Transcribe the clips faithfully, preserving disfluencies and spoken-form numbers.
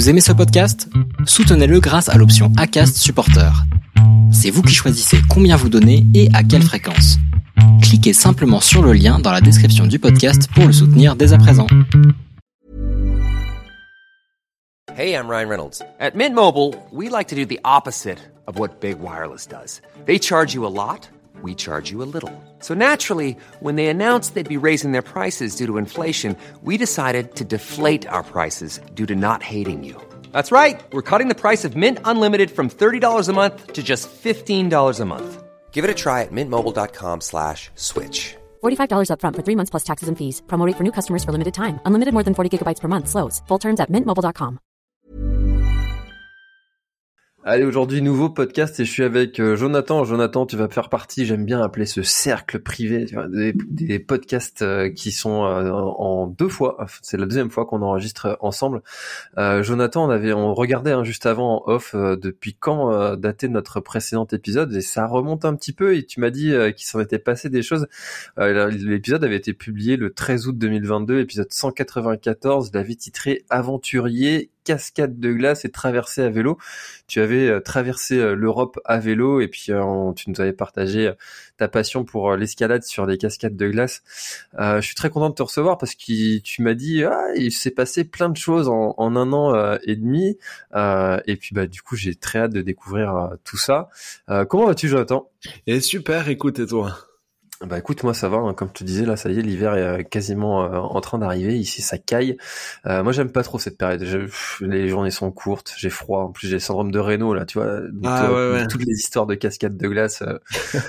Vous aimez ce podcast ? Soutenez-le grâce à l'option Acast Supporter. C'est vous qui choisissez combien vous donnez et à quelle fréquence. Cliquez simplement sur le lien dans la description du podcast pour le soutenir dès à présent. Hey, I'm Ryan Reynolds. At Mint Mobile, we like to do the opposite of what Big Wireless does. They charge you a lot, we charge you a little. So naturally, when they announced they'd be raising their prices due to inflation, we decided to deflate our prices due to not hating you. That's right. We're cutting the price of Mint Unlimited from thirty dollars a month to just fifteen dollars a month. Give it a try at mintmobile.com slash switch. forty-five dollars up front for three months plus taxes and fees. Promo rate for new customers for limited time. Unlimited more than forty gigabytes per month slows. Full terms at mint mobile dot com. Allez, aujourd'hui, nouveau podcast et je suis avec euh, Jonathan. Jonathan, tu vas faire partie, j'aime bien appeler ce cercle privé, tu vois, des, des podcasts euh, qui sont euh, en deux fois. C'est la deuxième fois qu'on enregistre ensemble. Euh, Jonathan, on avait, on regardait hein, juste avant en off euh, depuis quand euh, datait notre précédent épisode et ça remonte un petit peu et tu m'as dit euh, qu'il s'en était passé des choses. Euh, l'épisode avait été publié le treize août deux mille vingt-deux, épisode cent quatre-vingt-quatorze, je l'avais titré Aventurier, cascade de glace et traversée à vélo. Tu avais euh, traversé euh, l'Europe à vélo et puis euh, on, tu nous avais partagé euh, ta passion pour euh, l'escalade sur des cascades de glace. Euh, je suis très content de te recevoir parce que tu m'as dit ah il s'est passé plein de choses en, en un an euh, et demi euh, et puis bah du coup j'ai très hâte de découvrir euh, tout ça. Euh, comment vas-tu, Jonathan ? Et super, écoute, et toi ? Bah écoute, moi ça va, hein. Comme je te disais, là ça y est, l'hiver est quasiment euh, en train d'arriver, ici ça caille. Euh, moi j'aime pas trop cette période, je, pff, les journées sont courtes, j'ai froid, en plus j'ai le syndrome de Raynaud là, tu vois, donc, ah, euh, ouais, ouais. toutes les histoires de cascades de glace, euh,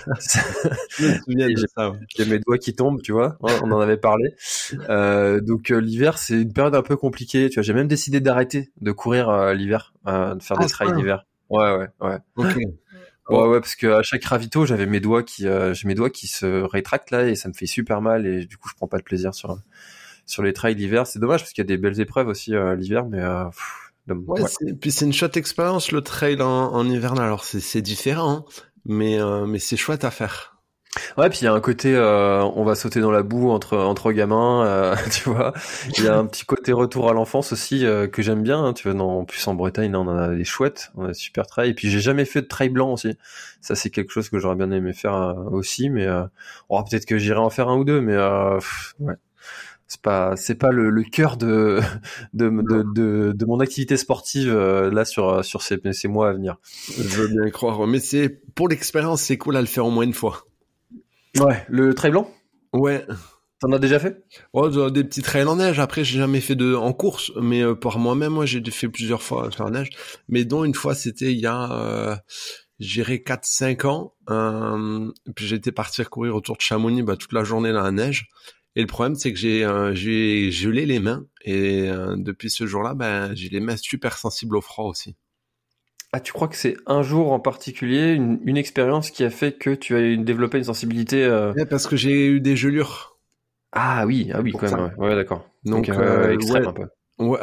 je me souviens de j'ai, ça, ouais. J'ai mes doigts qui tombent, tu vois, hein, on en avait parlé. Euh, donc euh, l'hiver c'est une période un peu compliquée, tu vois, j'ai même décidé d'arrêter de courir euh, l'hiver, euh, de faire ah, des trails l'hiver. Ouais, ouais, ouais. Ok. Ouais, ouais, parce que à chaque ravito, j'avais mes doigts qui, euh, j'ai mes doigts qui se rétractent là et ça me fait super mal et du coup, je prends pas de plaisir sur sur les trails l'hiver. C'est dommage parce qu'il y a des belles épreuves aussi euh, l'hiver, mais euh, pff, ouais, ouais. C'est, puis c'est une chouette expérience le trail en, en hivernal. Alors c'est c'est différent, hein, mais euh, mais c'est chouette à faire. Ouais, puis il y a un côté, euh, on va sauter dans la boue entre entre gamins, euh, tu vois. Il y a un petit côté retour à l'enfance aussi euh, que j'aime bien. Hein, tu vois, non, en plus en Bretagne, là, on en a des chouettes, on a des super trails. Et puis j'ai jamais fait de trail blanc aussi. Ça, c'est quelque chose que j'aurais bien aimé faire euh, aussi, mais euh, oh, peut-être que j'irai en faire un ou deux, mais euh, pff, ouais. C'est pas, c'est pas le, le cœur de de, de de de mon activité sportive euh, là sur sur ces ces mois à venir. Je veux bien croire, mais c'est pour l'expérience, c'est cool à le faire au moins une fois. Ouais, le trail blanc ? Ouais. T'en as déjà fait ? Oh, des petits trails en neige. Après, j'ai jamais fait de en course, mais euh, par moi-même, moi, j'ai fait plusieurs fois en neige. Mais dont une fois, c'était il y a, euh, j'irais quatre cinq ans. Euh, puis j'étais partir courir autour de Chamonix, bah, toute la journée dans la neige. Et le problème, c'est que j'ai, euh, j'ai gelé les mains. Et euh, depuis ce jour-là, ben, j'ai les mains super sensibles au froid aussi. Ah, tu crois que c'est un jour en particulier, une, une expérience qui a fait que tu as développé une sensibilité euh... Ouais, parce que j'ai eu des gelures. Ah oui, ah oui, quand même. Ouais, ouais, d'accord. Donc, Donc euh, euh, extrême ouais. un peu. Ouais.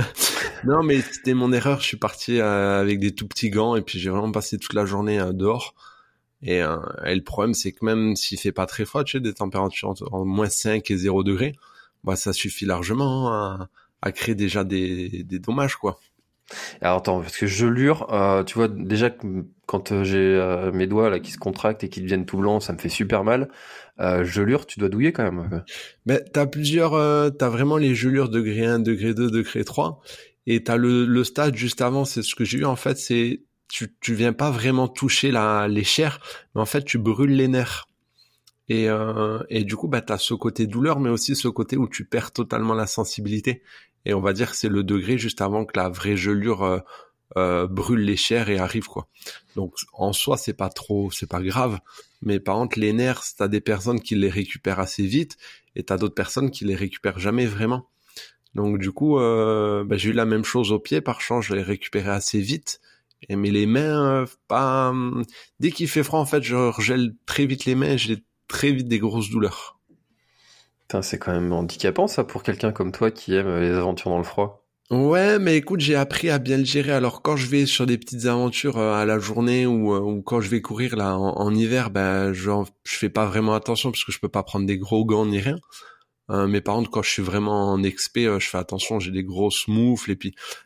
Non, mais c'était mon erreur. Je suis parti euh, avec des tout petits gants et puis j'ai vraiment passé toute la journée euh, dehors. Et, euh, et le problème, c'est que même s'il fait pas très froid, tu sais, des températures entre, entre moins cinq et zéro degré, bah ça suffit largement hein, à, à créer déjà des, des dommages, quoi. Alors attends, parce que gelure, euh, tu vois, déjà quand euh, j'ai euh, mes doigts là qui se contractent et qui deviennent tout blancs, ça me fait super mal. Euh, gelure, tu dois douiller quand même. Mais t'as plusieurs, euh, t'as vraiment les gelures degré un, degré deux, degré trois, et t'as le, le stade juste avant, c'est ce que j'ai eu en fait, c'est tu tu viens pas vraiment toucher la les chairs, mais en fait tu brûles les nerfs. Et euh, et du coup bah t'as ce côté douleur, mais aussi ce côté où tu perds totalement la sensibilité. Et on va dire que c'est le degré juste avant que la vraie gelure euh, euh, brûle les chairs et arrive, quoi. Donc en soi c'est pas trop, c'est pas grave. Mais par contre les nerfs, t'as des personnes qui les récupèrent assez vite et t'as d'autres personnes qui les récupèrent jamais vraiment. Donc du coup euh, bah, j'ai eu la même chose aux pieds, par chance je les récupérais assez vite. Et mais les mains, euh, pas. Dès qu'il fait froid en fait, je regèle très vite les mains et j'ai très vite des grosses douleurs. Putain, c'est quand même handicapant ça pour quelqu'un comme toi qui aime les aventures dans le froid. Ouais, mais écoute, j'ai appris à bien le gérer. Alors quand je vais sur des petites aventures euh, à la journée ou, euh, ou quand je vais courir là en, en hiver, ben je je fais pas vraiment attention parce que je peux pas prendre des gros gants ni rien. Euh, mais par contre, quand je suis vraiment en expé, euh, je fais attention, j'ai des grosses moufles et puis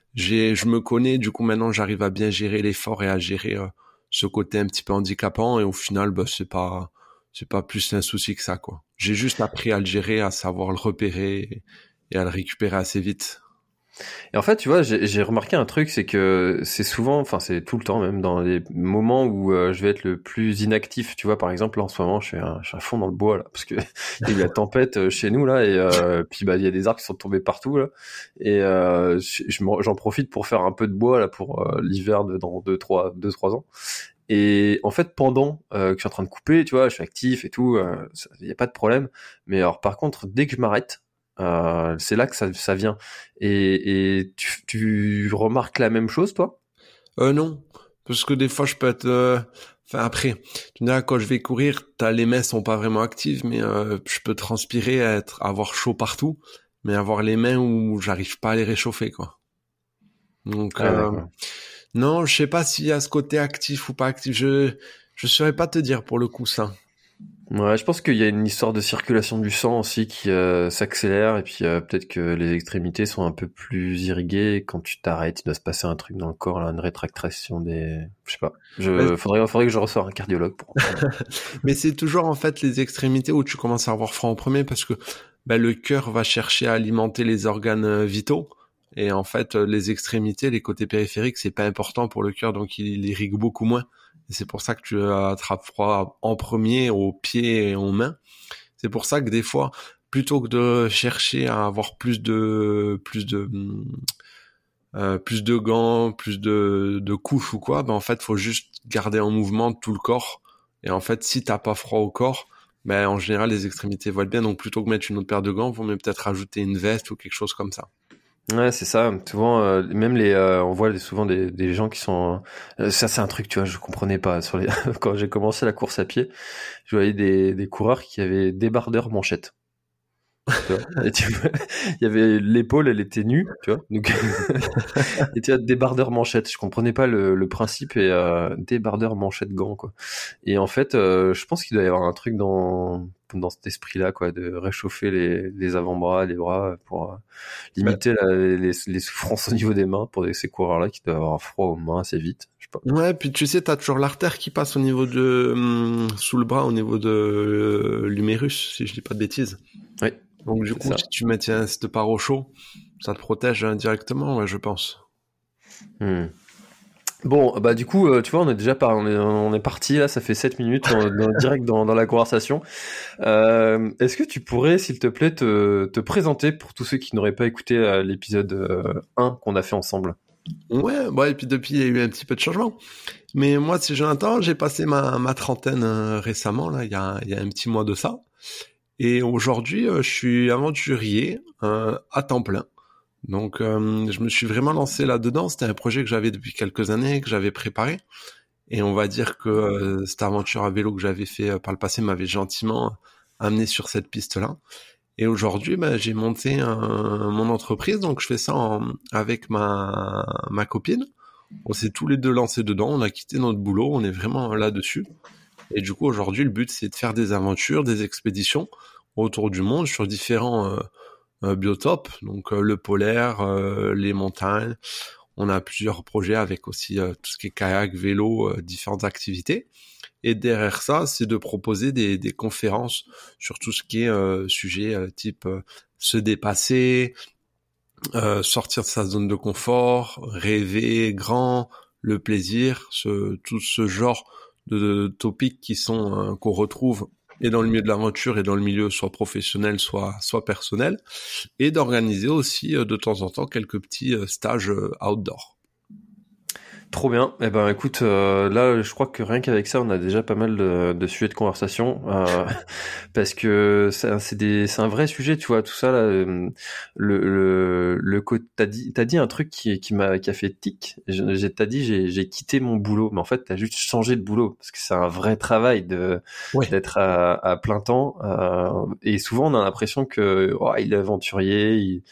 j'ai, je me connais, du coup maintenant j'arrive à bien gérer l'effort et à gérer euh, ce côté un petit peu handicapant et au final, bah c'est pas, c'est pas plus un souci que ça quoi. J'ai juste appris à le gérer, à savoir le repérer et, et à le récupérer assez vite. Et en fait, tu vois, j'ai, j'ai remarqué un truc, c'est que c'est souvent, enfin c'est tout le temps même, dans les moments où euh, je vais être le plus inactif. Tu vois, par exemple, là, en ce moment, je suis, un, je suis à fond dans le bois là, parce que il y a eu la tempête euh, chez nous là, et euh, puis bah il y a des arbres qui sont tombés partout là, et euh, je, je m'en- j'en profite pour faire un peu de bois là pour euh, l'hiver de dans deux trois deux trois ans. Et en fait, pendant euh, que je suis en train de couper, tu vois, je suis actif et tout, il y a pas de problème. Mais alors, par contre, dès que je m'arrête, euh, c'est là que ça, ça vient. Et, et tu, tu remarques la même chose, toi? Euh, non, parce que des fois je peux être, euh, enfin après, tu me diras quand je vais courir, t'as les mains sont pas vraiment actives, mais euh, je peux transpirer, être, avoir chaud partout, mais avoir les mains où j'arrive pas à les réchauffer quoi. Donc Ah, euh, d'accord. non, je sais pas s'il y a ce côté actif ou pas actif, je je saurais pas te dire pour le coup ça. Ouais, je pense qu'il y a une histoire de circulation du sang aussi qui euh, s'accélère, et puis euh, peut-être que les extrémités sont un peu plus irriguées. Et quand tu t'arrêtes, il doit se passer un truc dans le corps, là, une rétractation des, je sais pas. Je faudrait faudrait que je ressorte un cardiologue pour comprendre. Mais c'est toujours en fait les extrémités où tu commences à avoir froid en premier parce que ben, le cœur va chercher à alimenter les organes euh, vitaux et en fait euh, les extrémités, les côtés périphériques, c'est pas important pour le cœur donc il, il irrigue beaucoup moins. Et c'est pour ça que tu attrapes froid en premier aux pieds et aux mains. C'est pour ça que des fois, plutôt que de chercher à avoir plus de plus de euh, plus de gants, plus de, de couches ou quoi, ben en fait, faut juste garder en mouvement tout le corps. Et en fait, si t'as pas froid au corps, ben en général, les extrémités vont être bien. Donc plutôt que mettre une autre paire de gants, faut même peut-être rajouter une veste ou quelque chose comme ça. Ouais, c'est ça. Souvent, euh, même les, euh, on voit souvent des, des gens qui sont. Euh, ça, c'est un truc, tu vois, je comprenais pas. Sur les, quand j'ai commencé la course à pied, je voyais des, des coureurs qui avaient débardeur manchette. Tu vois. Et tu vois, il y avait l'épaule, elle était nue, tu vois. Donc, et tu vois, débardeur manchette. Je comprenais pas le, le principe et euh, débardeur manchette gants, quoi. Et en fait, euh, je pense qu'il doit y avoir un truc dans dans cet esprit-là, quoi, de réchauffer les, les avant-bras, les bras pour euh, limiter la, les, les souffrances au niveau des mains pour ces coureurs-là qui doivent avoir froid aux mains assez vite. Je sais pas. Ouais, puis tu sais, t'as toujours l'artère qui passe au niveau de hum, sous le bras, au niveau de euh, l'humérus, si je dis pas de bêtises. Oui. Donc du coup, ça. si tu mets tiens, cette part au chaud, ça te protège indirectement, ouais, je pense. Hmm. Bon, bah du coup, euh, tu vois, on est déjà par, on est, on est parti là, ça fait sept minutes, on est dans- direct dans, dans la conversation. Euh, est-ce que tu pourrais, s'il te plaît, te, te présenter pour tous ceux qui n'auraient pas écouté euh, l'épisode euh, un qu'on a fait ensemble? Ouais, bon, et puis depuis, il y a eu un petit peu de changement. Mais moi, c'est Jonathan, j'ai passé ma, ma trentaine euh, récemment, là, il y a, il y a un petit mois de ça. Et aujourd'hui, euh, je suis aventurier euh, à temps plein. Donc, euh, je me suis vraiment lancé là-dedans. C'était un projet que j'avais depuis quelques années, que j'avais préparé. Et on va dire que euh, cette aventure à vélo que j'avais fait euh, par le passé m'avait gentiment amené sur cette piste-là. Et aujourd'hui, ben, j'ai monté un, mon entreprise. Donc, je fais ça en, avec ma, ma copine. On s'est tous les deux lancés dedans. On a quitté notre boulot. On est vraiment là-dessus. Et du coup, aujourd'hui, le but, c'est de faire des aventures, des expéditions autour du monde sur différents euh, euh, biotopes, donc euh, le polaire, euh, les montagnes. On a plusieurs projets avec aussi euh, tout ce qui est kayak, vélo, euh, différentes activités. Et derrière ça, c'est de proposer des, des conférences sur tout ce qui est euh, sujet euh, type euh, se dépasser, euh, sortir de sa zone de confort, rêver grand, le plaisir, ce, tout ce genre de, de topics qui sont euh, qu'on retrouve et dans le milieu de l'aventure et dans le milieu soit professionnel soit soit personnel, et d'organiser aussi euh, de temps en temps quelques petits euh, stages euh, outdoor. Trop bien. Eh ben, écoute, euh, là, je crois que rien qu'avec ça, on a déjà pas mal de, de sujets de conversation, euh, parce que c'est, c'est des, c'est un vrai sujet, tu vois, tout ça là. euh, Le, le, le, co- t'as dit, t'as dit un truc qui, qui m'a, qui a fait tic. Je- J'ai, t'as dit, j'ai, j'ai quitté mon boulot, mais en fait, t'as juste changé de boulot, parce que c'est un vrai travail de, Ouais. d'être à, à plein temps, euh, et souvent on a l'impression que, oh, il est aventurier, il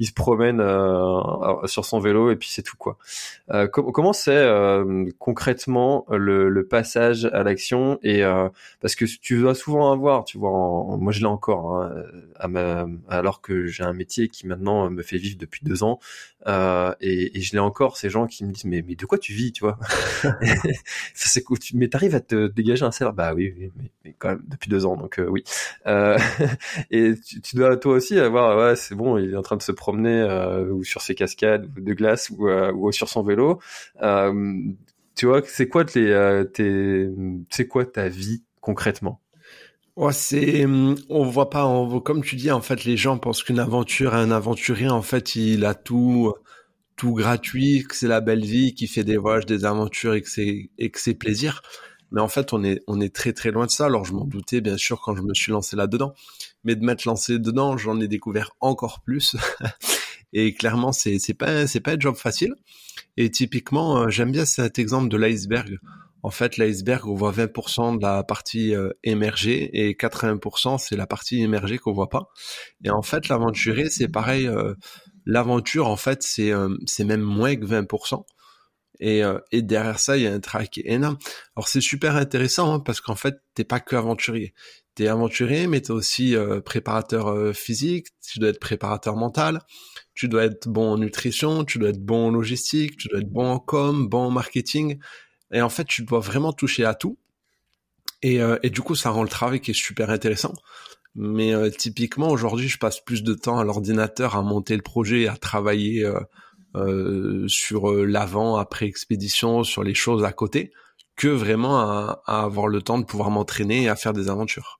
il se promène euh, sur son vélo et puis c'est tout quoi. Euh, com- comment c'est euh, concrètement le, le passage à l'action et euh, parce que tu dois souvent avoir, tu vois, en, moi je l'ai encore, hein, à ma, alors que j'ai un métier qui maintenant me fait vivre depuis deux ans euh, et, et je l'ai encore ces gens qui me disent mais mais de quoi tu vis, tu vois. C'est cool, mais t'arrives à te dégager un salaire, bah oui, oui mais, mais quand même depuis deux ans donc euh, oui. Euh, et tu, tu dois toi aussi avoir ouais c'est bon il est en train de se promener euh, ou sur ses cascades de glace ou, euh, ou sur son vélo. Euh, tu vois c'est quoi les euh, tes c'est quoi ta vie concrètement? Ouais, c'est, on voit pas, on, comme tu dis, en fait, les gens pensent qu'une aventure, un aventurier, en fait, il a tout, tout gratuit, que c'est la belle vie, qu'il fait des voyages, des aventures et que c'est, et que c'est plaisir. Mais en fait, on est, on est très, très loin de ça. Alors, je m'en doutais, bien sûr, quand je me suis lancé là-dedans. Mais de m'être lancé dedans, j'en ai découvert encore plus. Et clairement, c'est, c'est pas, c'est pas un job facile. Et typiquement, j'aime bien cet exemple de l'iceberg. En fait, l'iceberg, on voit vingt pour cent de la partie euh, émergée et quatre-vingts pour cent, c'est la partie immergée qu'on voit pas. Et en fait, l'aventurier, c'est pareil. Euh, l'aventure, en fait, c'est euh, c'est même moins que vingt pour cent. Et, euh, et derrière ça, il y a un travail qui est énorme. Alors, c'est super intéressant hein, parce qu'en fait, t'es pas que aventurier. T'es aventurier, mais t'es aussi euh, préparateur euh, physique. Tu dois être préparateur mental. Tu dois être bon en nutrition. Tu dois être bon en logistique. Tu dois être bon en com, bon en marketing. Et en fait, tu dois vraiment toucher à tout. Et, euh, et du coup, ça rend le travail qui est super intéressant. Mais euh, typiquement, aujourd'hui, je passe plus de temps à l'ordinateur à monter le projet, à travailler euh, euh, sur euh, l'avant, après expédition, sur les choses à côté, que vraiment à, à avoir le temps de pouvoir m'entraîner et à faire des aventures.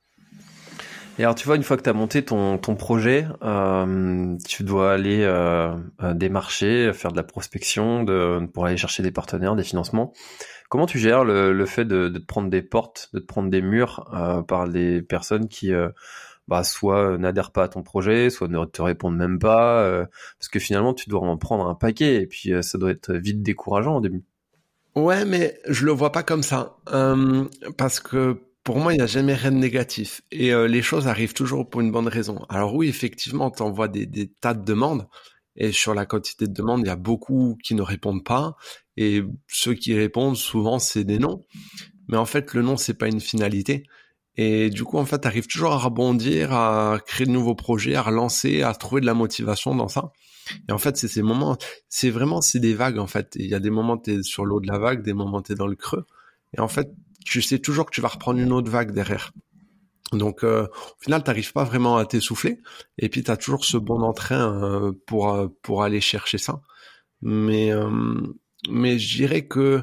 Et alors, tu vois, une fois que tu as monté ton, ton projet, euh, tu dois aller euh, démarcher, faire de la prospection de, pour aller chercher des partenaires, des financements. Comment tu gères le, le fait de, de te prendre des portes, de te prendre des murs euh, par des personnes qui euh, bah, soit n'adhèrent pas à ton projet, soit ne te répondent même pas, euh, parce que finalement, tu dois en prendre un paquet et puis euh, ça doit être vite décourageant au début. Ouais, mais je le vois pas comme ça, euh, parce que pour moi, il n'y a jamais rien de négatif. Et euh, les choses arrivent toujours pour une bonne raison. Alors oui, effectivement, tu envoies des, des tas de demandes. Et sur la quantité de demandes, il y a beaucoup qui ne répondent pas. Et ceux qui répondent, souvent, c'est des non. Mais en fait, le non, c'est pas une finalité. Et du coup, en fait, tu arrives toujours à rebondir, à créer de nouveaux projets, à relancer, à trouver de la motivation dans ça. Et en fait, c'est ces moments, c'est vraiment, c'est des vagues, en fait. Il y a des moments, t'es sur l'eau de la vague, des moments, t'es dans le creux. Et en fait, tu sais toujours que tu vas reprendre une autre vague derrière. Donc, euh, au final, t'arrives pas vraiment à t'essouffler. Et puis, t'as toujours ce bon entrain euh, pour euh, pour aller chercher ça. Mais euh, mais je dirais que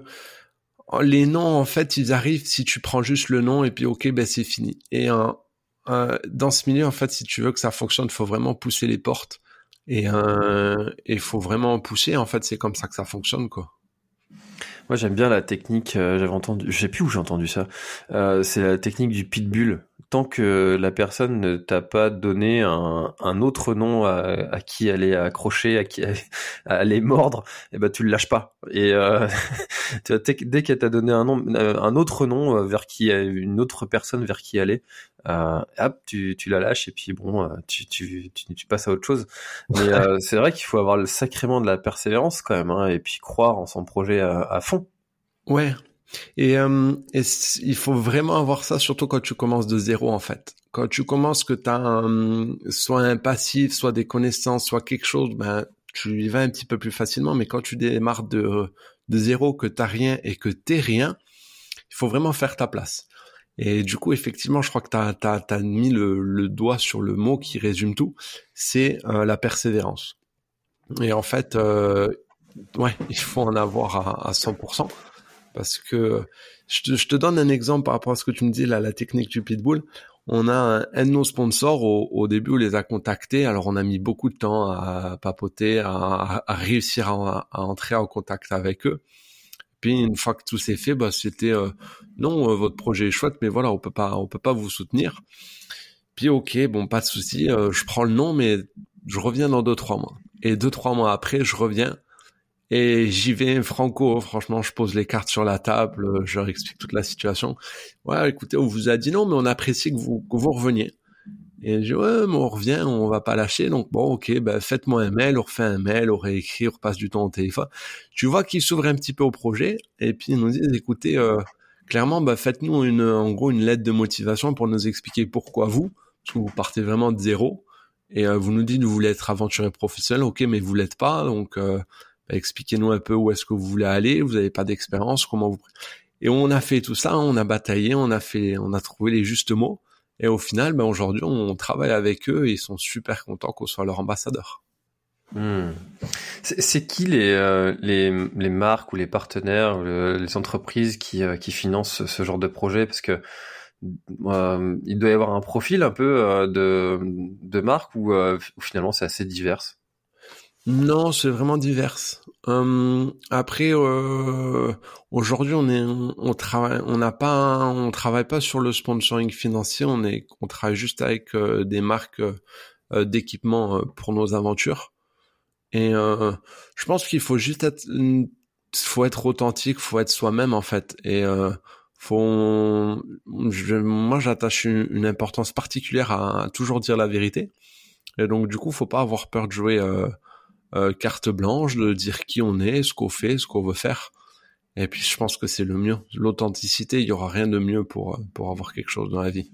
les noms, en fait, ils arrivent si tu prends juste le nom et puis ok, ben c'est fini. Et euh, euh, dans ce milieu, en fait, si tu veux que ça fonctionne, il faut vraiment pousser les portes. Et il euh, faut vraiment pousser. En fait, c'est comme ça que ça fonctionne, quoi. Moi, j'aime bien la technique, euh, j'avais entendu, je sais plus où j'ai entendu ça, euh, c'est la technique du pitbull. Tant que la personne ne t'a pas donné un, un autre nom à, à qui aller accrocher, à qui aller, à aller mordre, eh ben tu le lâches pas. Et euh, tu vois, dès qu'elle t'a donné un nom, un autre nom vers qui, une autre personne vers qui aller, euh, hop, tu, tu la lâches et puis bon, tu, tu, tu, tu passes à autre chose. Mais euh, c'est vrai qu'il faut avoir le sacrément de la persévérance quand même, hein, et puis croire en son projet à, à fond. Ouais. Et, euh, et il faut vraiment avoir ça, surtout quand tu commences de zéro, en fait. Quand tu commences que tu as un, soit un passif, soit des connaissances, soit quelque chose, ben tu y vas un petit peu plus facilement. Mais quand tu démarres de, de zéro, que t'as rien et que t'es rien, il faut vraiment faire ta place. Et du coup, effectivement, je crois que t'as, t'as, t'as mis le, le doigt sur le mot qui résume tout, c'est euh, la persévérance. Et en fait, euh, ouais, il faut en avoir à, à cent pour cent. Parce que je te, je te donne un exemple par rapport à ce que tu me dis là, la technique du pitbull. On a un, un de nos sponsors au, au début, on les a contactés. Alors on a mis beaucoup de temps à papoter, à, à réussir à, à entrer en contact avec eux. Puis une fois que tout s'est fait, bah c'était euh, non, euh, votre projet est chouette, mais voilà, on peut pas, on peut pas vous soutenir. Puis ok, bon, pas de souci, euh, je prends le nom, mais je reviens dans deux trois mois. Et deux trois mois après, je reviens. Et j'y vais franco, franchement, je pose les cartes sur la table, je leur explique toute la situation. Ouais, écoutez, on vous a dit non, mais on apprécie que vous, que vous reveniez. Et je dis, ouais, mais on revient, on va pas lâcher. Donc, bon, ok, ben, faites-moi un mail, on refait un mail, on réécrit, on repasse du temps au téléphone. Tu vois qu'ils s'ouvrent un petit peu au projet. Et puis, ils nous disent, écoutez, euh, clairement, ben, faites-nous une, en gros, une lettre de motivation pour nous expliquer pourquoi vous, parce que vous partez vraiment de zéro. Et euh, vous nous dites, vous voulez être aventurier professionnel. Ok, mais vous l'êtes pas. Donc, euh, ben, expliquez-nous un peu où est-ce que vous voulez aller. Vous n'avez pas d'expérience, comment vous... Et on a fait tout ça, on a bataillé, on a fait, on a trouvé les justes mots. Et au final, ben aujourd'hui, on travaille avec eux et ils sont super contents qu'on soit leur ambassadeur. Mmh. C'est, c'est qui les, euh, les les marques ou les partenaires, le, les entreprises qui euh, qui financent ce, ce genre de projet? Parce que euh, il doit y avoir un profil un peu euh, de de marque où, euh, où finalement c'est assez divers. Non, c'est vraiment divers. Hum, après, euh, aujourd'hui, on est, on travaille, on n'a pas, on travaille pas sur le sponsoring financier. On est, on travaille juste avec euh, des marques euh, d'équipement euh, pour nos aventures. Et euh, je pense qu'il faut juste être, faut être authentique, faut être soi-même en fait. Et euh, faut, je, moi, j'attache une, une importance particulière à, à toujours dire la vérité. Et donc, du coup, faut pas avoir peur de jouer. Euh, Euh, carte blanche, de dire qui on est, ce qu'on fait, ce qu'on veut faire. Et puis je pense que c'est le mieux. L'authenticité, il y aura rien de mieux pour pour avoir quelque chose dans la vie.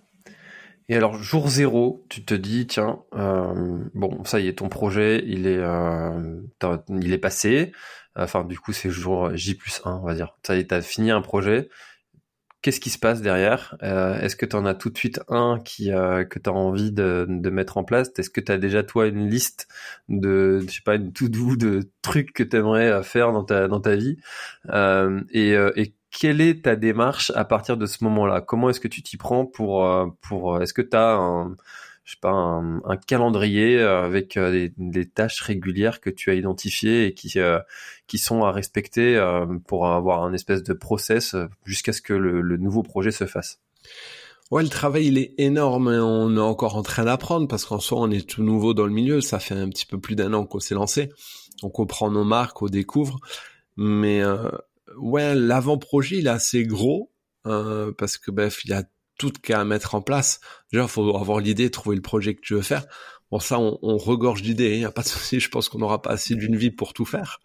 Et alors jour zéro, tu te dis tiens, euh, bon ça y est, ton projet il est euh, il est passé. Enfin du coup c'est jour J plus un, on va dire. Ça y est, t'as fini un projet. Qu'est-ce qui se passe derrière? euh, Est-ce que tu en as tout de suite un qui euh, que tu as envie de, de mettre en place? Est-ce que tu as déjà toi une liste de, je sais pas, une to-do de trucs que tu aimerais faire dans ta dans ta vie? euh, et, euh, et quelle est ta démarche à partir de ce moment-là? Comment est-ce que tu t'y prends pour euh, pour est-ce que tu as un je sais pas un, un calendrier avec des, des tâches régulières que tu as identifiées et qui euh, qui sont à respecter euh, pour avoir un espèce de process jusqu'à ce que le, le nouveau projet se fasse? Ouais, le travail il est énorme. Hein. On est encore en train d'apprendre parce qu'en soi on est tout nouveau dans le milieu. Ça fait un petit peu plus d'un an qu'on s'est lancé. On comprend nos marques, on découvre. Mais euh, ouais, l'avant-projet il est assez gros euh, parce que bref, il y a tout qu'à à mettre en place. Déjà, il faut avoir l'idée, trouver le projet que tu veux faire. Bon, ça, on, on regorge d'idées. Il n'y a pas de souci. Je pense qu'on n'aura pas assez d'une vie pour tout faire.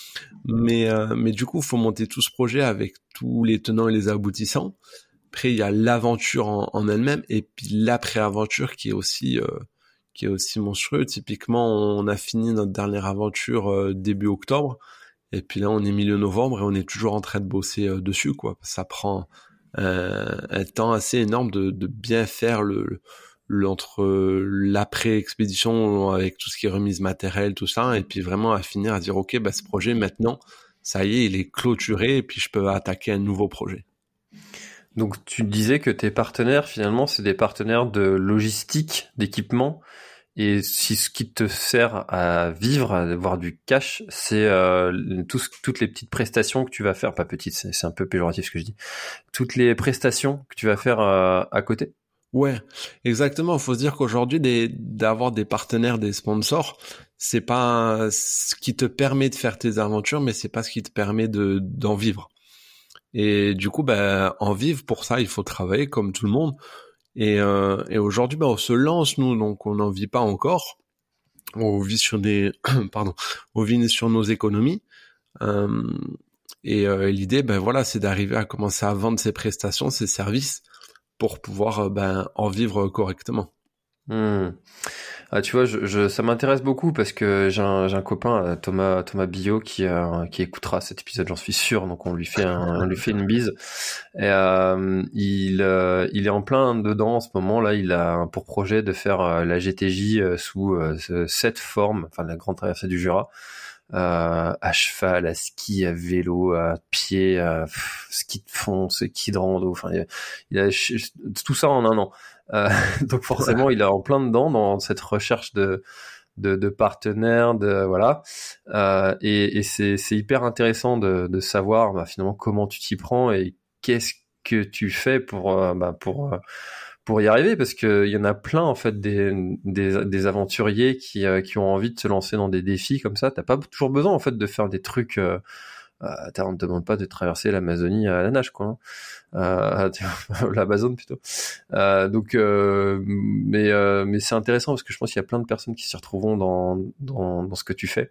Mais, euh, mais du coup, il faut monter tout ce projet avec tous les tenants et les aboutissants. Après, il y a l'aventure en, en elle-même et puis l'après-aventure qui est aussi, euh, qui est aussi monstrueux. Typiquement, on a fini notre dernière aventure euh, début octobre. Et puis là, on est milieu novembre et on est toujours en train de bosser euh, dessus, quoi. Ça prend un, un temps assez énorme de, de bien faire le, le entre l'après-expédition avec tout ce qui est remise matérielle, tout ça, et puis vraiment à finir à dire, ok, bah, ce projet, maintenant, ça y est, il est clôturé et puis je peux attaquer un nouveau projet. Donc, tu disais que tes partenaires, finalement, c'est des partenaires de logistique, d'équipement. Et si ce qui te sert à vivre, à avoir du cash, c'est euh, tout, toutes les petites prestations que tu vas faire, pas petites, c'est, c'est un peu péjoratif ce que je dis, toutes les prestations que tu vas faire euh, à côté. Ouais, exactement. Il faut se dire qu'aujourd'hui, des, d'avoir des partenaires, des sponsors, c'est pas ce qui te permet de faire tes aventures, mais c'est pas ce qui te permet de d'en vivre. Et du coup, ben, en vivre, pour ça, il faut travailler comme tout le monde. Et, euh, et aujourd'hui, ben, on se lance, nous, donc on n'en vit pas encore. On vit sur des, pardon, on vit sur nos économies. Euh, et euh, l'idée, ben voilà, c'est d'arriver à commencer à vendre ces prestations, ces services, pour pouvoir ben en vivre correctement. Mmh. Ah, tu vois, je, je, ça m'intéresse beaucoup parce que j'ai un, j'ai un copain, Thomas, Thomas Billot, qui, euh, qui écoutera cet épisode, j'en suis sûr. Donc on lui fait, un, on lui fait une bise. Et euh, il, euh, il est en plein dedans en ce moment. Là, il a pour projet de faire euh, la G T J euh, sous euh, cette forme, enfin la grande traversée du Jura, euh, à cheval, à ski, à vélo, à pied, à pff, ski de fond, ski de rando. Enfin, il a, il a tout ça en un an. Euh, donc forcément, ouais. Il est en plein dedans dans cette recherche de de, de partenaires, de voilà. Euh, et, et c'est c'est hyper intéressant de de savoir bah, finalement comment tu t'y prends et qu'est-ce que tu fais pour euh, bah, pour euh, pour y arriver, parce que il y en a plein en fait des des, des aventuriers qui euh, qui ont envie de se lancer dans des défis comme ça. T'as pas toujours besoin en fait de faire des trucs euh, euh, on ne te demande pas de traverser l'Amazonie à la nage, quoi. Hein. Euh, L'Amazon plutôt. Euh, donc, euh, mais euh, mais c'est intéressant parce que je pense qu'il y a plein de personnes qui s'y retrouveront dans dans dans ce que tu fais.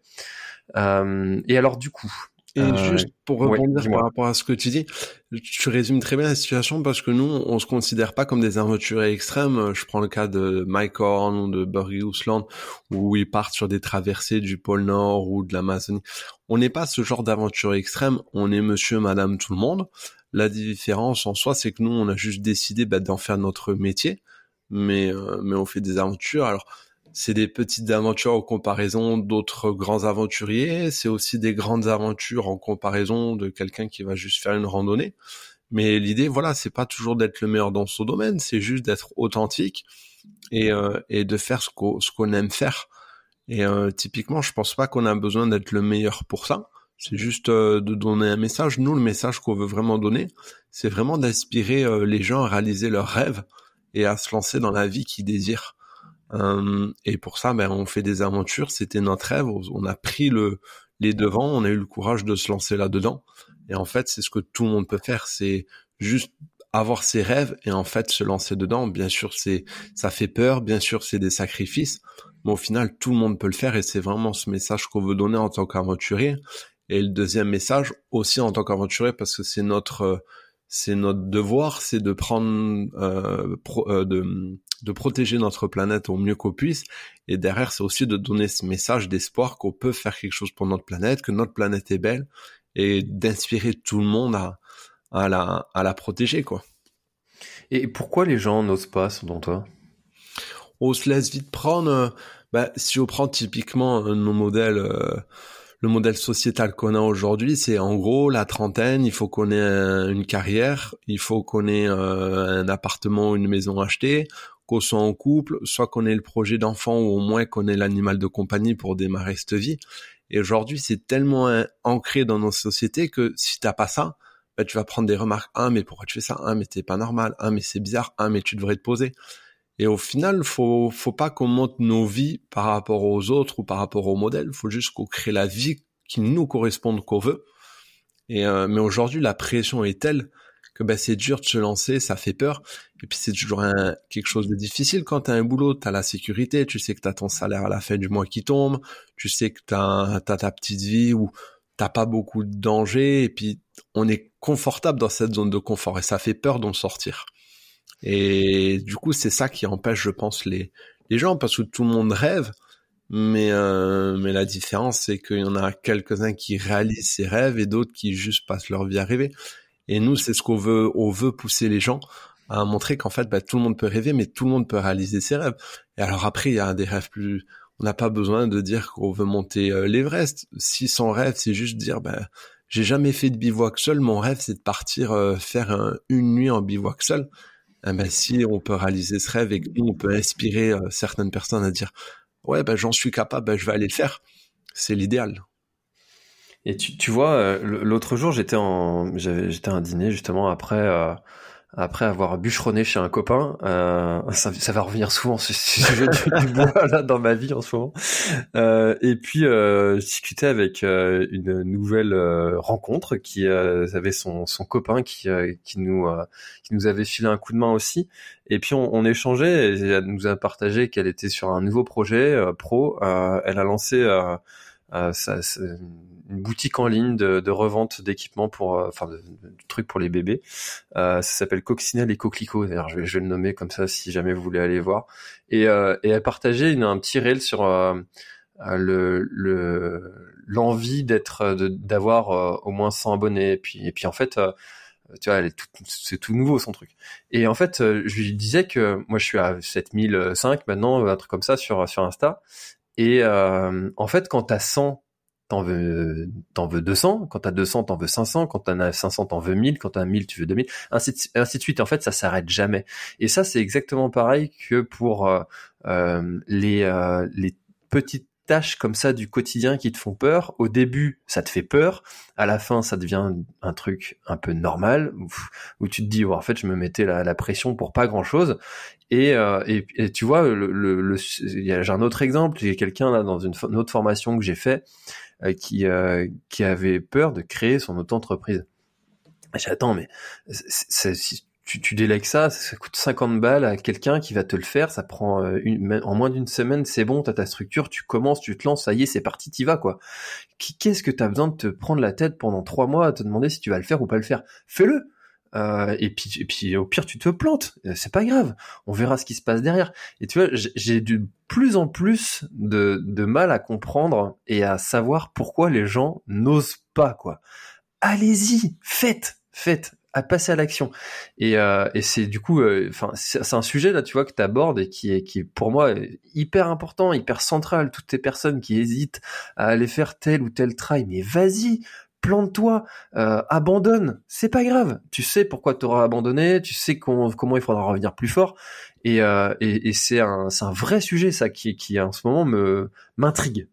Euh, et alors du coup. Et euh, juste pour rebondir ouais, par rapport à ce que tu dis, tu résumes très bien la situation parce que nous, on se considère pas comme des aventuriers extrêmes. Je prends le cas de Mike Horn ou de Börje Osland où ils partent sur des traversées du pôle Nord ou de l'Amazonie. On n'est pas ce genre d'aventurier extrême. On est monsieur, madame, tout le monde. La différence en soi, c'est que nous, on a juste décidé bah, d'en faire notre métier, mais euh, mais on fait des aventures. Alors c'est des petites aventures en comparaison d'autres grands aventuriers. C'est aussi des grandes aventures en comparaison de quelqu'un qui va juste faire une randonnée. Mais l'idée, voilà, c'est pas toujours d'être le meilleur dans son domaine. C'est juste d'être authentique et, euh, et de faire ce qu'on, ce qu'on aime faire. Et euh, typiquement, je pense pas qu'on a besoin d'être le meilleur pour ça. C'est juste euh, de donner un message. Nous, le message qu'on veut vraiment donner, c'est vraiment d'inspirer euh, les gens à réaliser leurs rêves et à se lancer dans la vie qu'ils désirent. Euh, et pour ça, ben, on fait des aventures. C'était notre rêve. On a pris le, les devants. On a eu le courage de se lancer là-dedans. Et en fait, c'est ce que tout le monde peut faire. C'est juste avoir ses rêves et en fait se lancer dedans. Bien sûr, c'est, ça fait peur. Bien sûr, c'est des sacrifices. Mais au final, tout le monde peut le faire. Et c'est vraiment ce message qu'on veut donner en tant qu'aventurier. Et le deuxième message aussi en tant qu'aventurier, parce que c'est notre, c'est notre devoir, c'est de prendre, euh, pro, euh, de de protéger notre planète au mieux qu'on puisse. Et derrière, c'est aussi de donner ce message d'espoir qu'on peut faire quelque chose pour notre planète, que notre planète est belle, et d'inspirer tout le monde à, à la, à la protéger, quoi. Et pourquoi les gens n'osent pas, selon toi? On se laisse vite prendre. Euh, bah, si on prend typiquement euh, nos modèles, euh, le modèle sociétal qu'on a aujourd'hui, c'est en gros la trentaine, il faut qu'on ait un, une carrière, il faut qu'on ait euh, un appartement ou une maison achetée, qu'on soit en couple, soit qu'on ait le projet d'enfant ou au moins qu'on ait l'animal de compagnie pour démarrer cette vie. Et aujourd'hui, c'est tellement hein, ancré dans nos sociétés que si t'as pas ça, bah, tu vas prendre des remarques. Ah, mais pourquoi tu fais ça? Ah, mais t'es pas normal. Ah, mais c'est bizarre. Ah, mais tu devrais te poser. Et au final, faut, faut pas qu'on monte nos vies par rapport aux autres ou par rapport au modèle. Faut juste qu'on crée la vie qui nous corresponde, qu'on veut. Et, euh, mais aujourd'hui, la pression est telle que bah, c'est dur de se lancer, ça fait peur. Et puis c'est toujours un, quelque chose de difficile quand t'as un boulot, t'as la sécurité, tu sais que t'as ton salaire à la fin du mois qui tombe, tu sais que t'as, t'as ta petite vie où t'as pas beaucoup de danger, et puis on est confortable dans cette zone de confort et ça fait peur d'en sortir. Et du coup, c'est ça qui empêche, je pense, les, les gens, parce que tout le monde rêve, mais, euh, mais la différence, c'est qu'il y en a quelques-uns qui réalisent ses rêves et d'autres qui juste passent leur vie à rêver. Et nous, c'est ce qu'on veut, on veut pousser les gens à montrer qu'en fait, bah, tout le monde peut rêver, mais tout le monde peut réaliser ses rêves. Et alors après, il y a des rêves plus, on n'a pas besoin de dire qu'on veut monter euh, l'Everest. Si son rêve, c'est juste dire, bah, j'ai jamais fait de bivouac seul, mon rêve, c'est de partir euh, faire un, une nuit en bivouac seul. Eh ben, si on peut réaliser ce rêve et que nous, on peut inspirer euh, certaines personnes à dire, ouais, ben, j'en suis capable, ben, je vais aller le faire. C'est l'idéal. Et tu, tu vois, l'autre jour, j'étais en, j'avais, j'étais à un dîner justement après, euh, après avoir bûcheronné chez un copain. Euh, ça, ça va revenir souvent ce sujet du, du bois là dans ma vie en ce moment. Euh, et puis, euh, je discutais avec euh, une nouvelle euh, rencontre qui euh, avait son, son copain qui, euh, qui nous, euh, qui nous avait filé un coup de main aussi. Et puis on, on échangeait. Et elle nous a partagé qu'elle était sur un nouveau projet euh, pro. Euh, elle a lancé euh, euh, sa, sa, une boutique en ligne de, de revente d'équipements pour, euh, enfin, de, de, de trucs pour les bébés. Euh, ça s'appelle Coccinelle et Coquelicot. D'ailleurs, je vais, je vais le nommer comme ça si jamais vous voulez aller voir. Et, euh, et elle partageait une, un petit reel sur euh, le, le, l'envie d'être, de, d'avoir euh, au moins cent abonnés. Et puis, et puis en fait, euh, tu vois, elle est tout, c'est tout nouveau son truc. Et en fait, euh, je lui disais que moi, je suis à sept mille cinq maintenant, un truc comme ça sur sur Insta. Et euh, en fait, quand t'as cent, t'en veux, t'en veux deux cents. Quand t'as deux cents, t'en veux cinq cents. Quand t'en as cinq cents, t'en veux mille. Quand t'as mille, tu veux deux mille. Ainsi de, ainsi de suite. En fait, ça s'arrête jamais. Et ça, c'est exactement pareil que pour euh, euh, les, euh, les petites tâches comme ça du quotidien qui te font peur. Au début, ça te fait peur. À la fin, ça devient un truc un peu normal où, où tu te dis, oh, en fait, je me mettais la, la pression pour pas grand chose. Et, euh, et, et tu vois, le, le, le, y a, j'ai un autre exemple. J'ai quelqu'un là dans une, une autre formation que j'ai fait euh, qui, euh, qui avait peur de créer son auto-entreprise. Et j'ai dit, attends, mais c'est, c'est, Tu, tu délègues ça, ça coûte cinquante balles à quelqu'un qui va te le faire, ça prend une, en moins d'une semaine, c'est bon, t'as ta structure, tu commences, tu te lances, ça y est, c'est parti, t'y vas, quoi. Qu'est-ce que t'as besoin de te prendre la tête pendant trois mois à te demander si tu vas le faire ou pas le faire? Fais-le! Euh, et puis, et puis, au pire, tu te plantes. C'est pas grave. On verra ce qui se passe derrière. Et tu vois, j'ai de plus en plus de, de mal à comprendre et à savoir pourquoi les gens n'osent pas, quoi. Allez-y, faites, faites. À passer à l'action et, euh, et c'est du coup enfin euh, c'est, c'est un sujet là tu vois que tu abordes et qui est qui est pour moi hyper important, hyper central. Toutes ces personnes qui hésitent à aller faire tel ou tel try, mais vas-y, plante-toi, euh, abandonne, c'est pas grave, tu sais pourquoi tu auras abandonné, tu sais comment comment il faudra revenir plus fort et euh, et, et c'est un c'est un vrai sujet ça qui qui en ce moment me m'intrigue.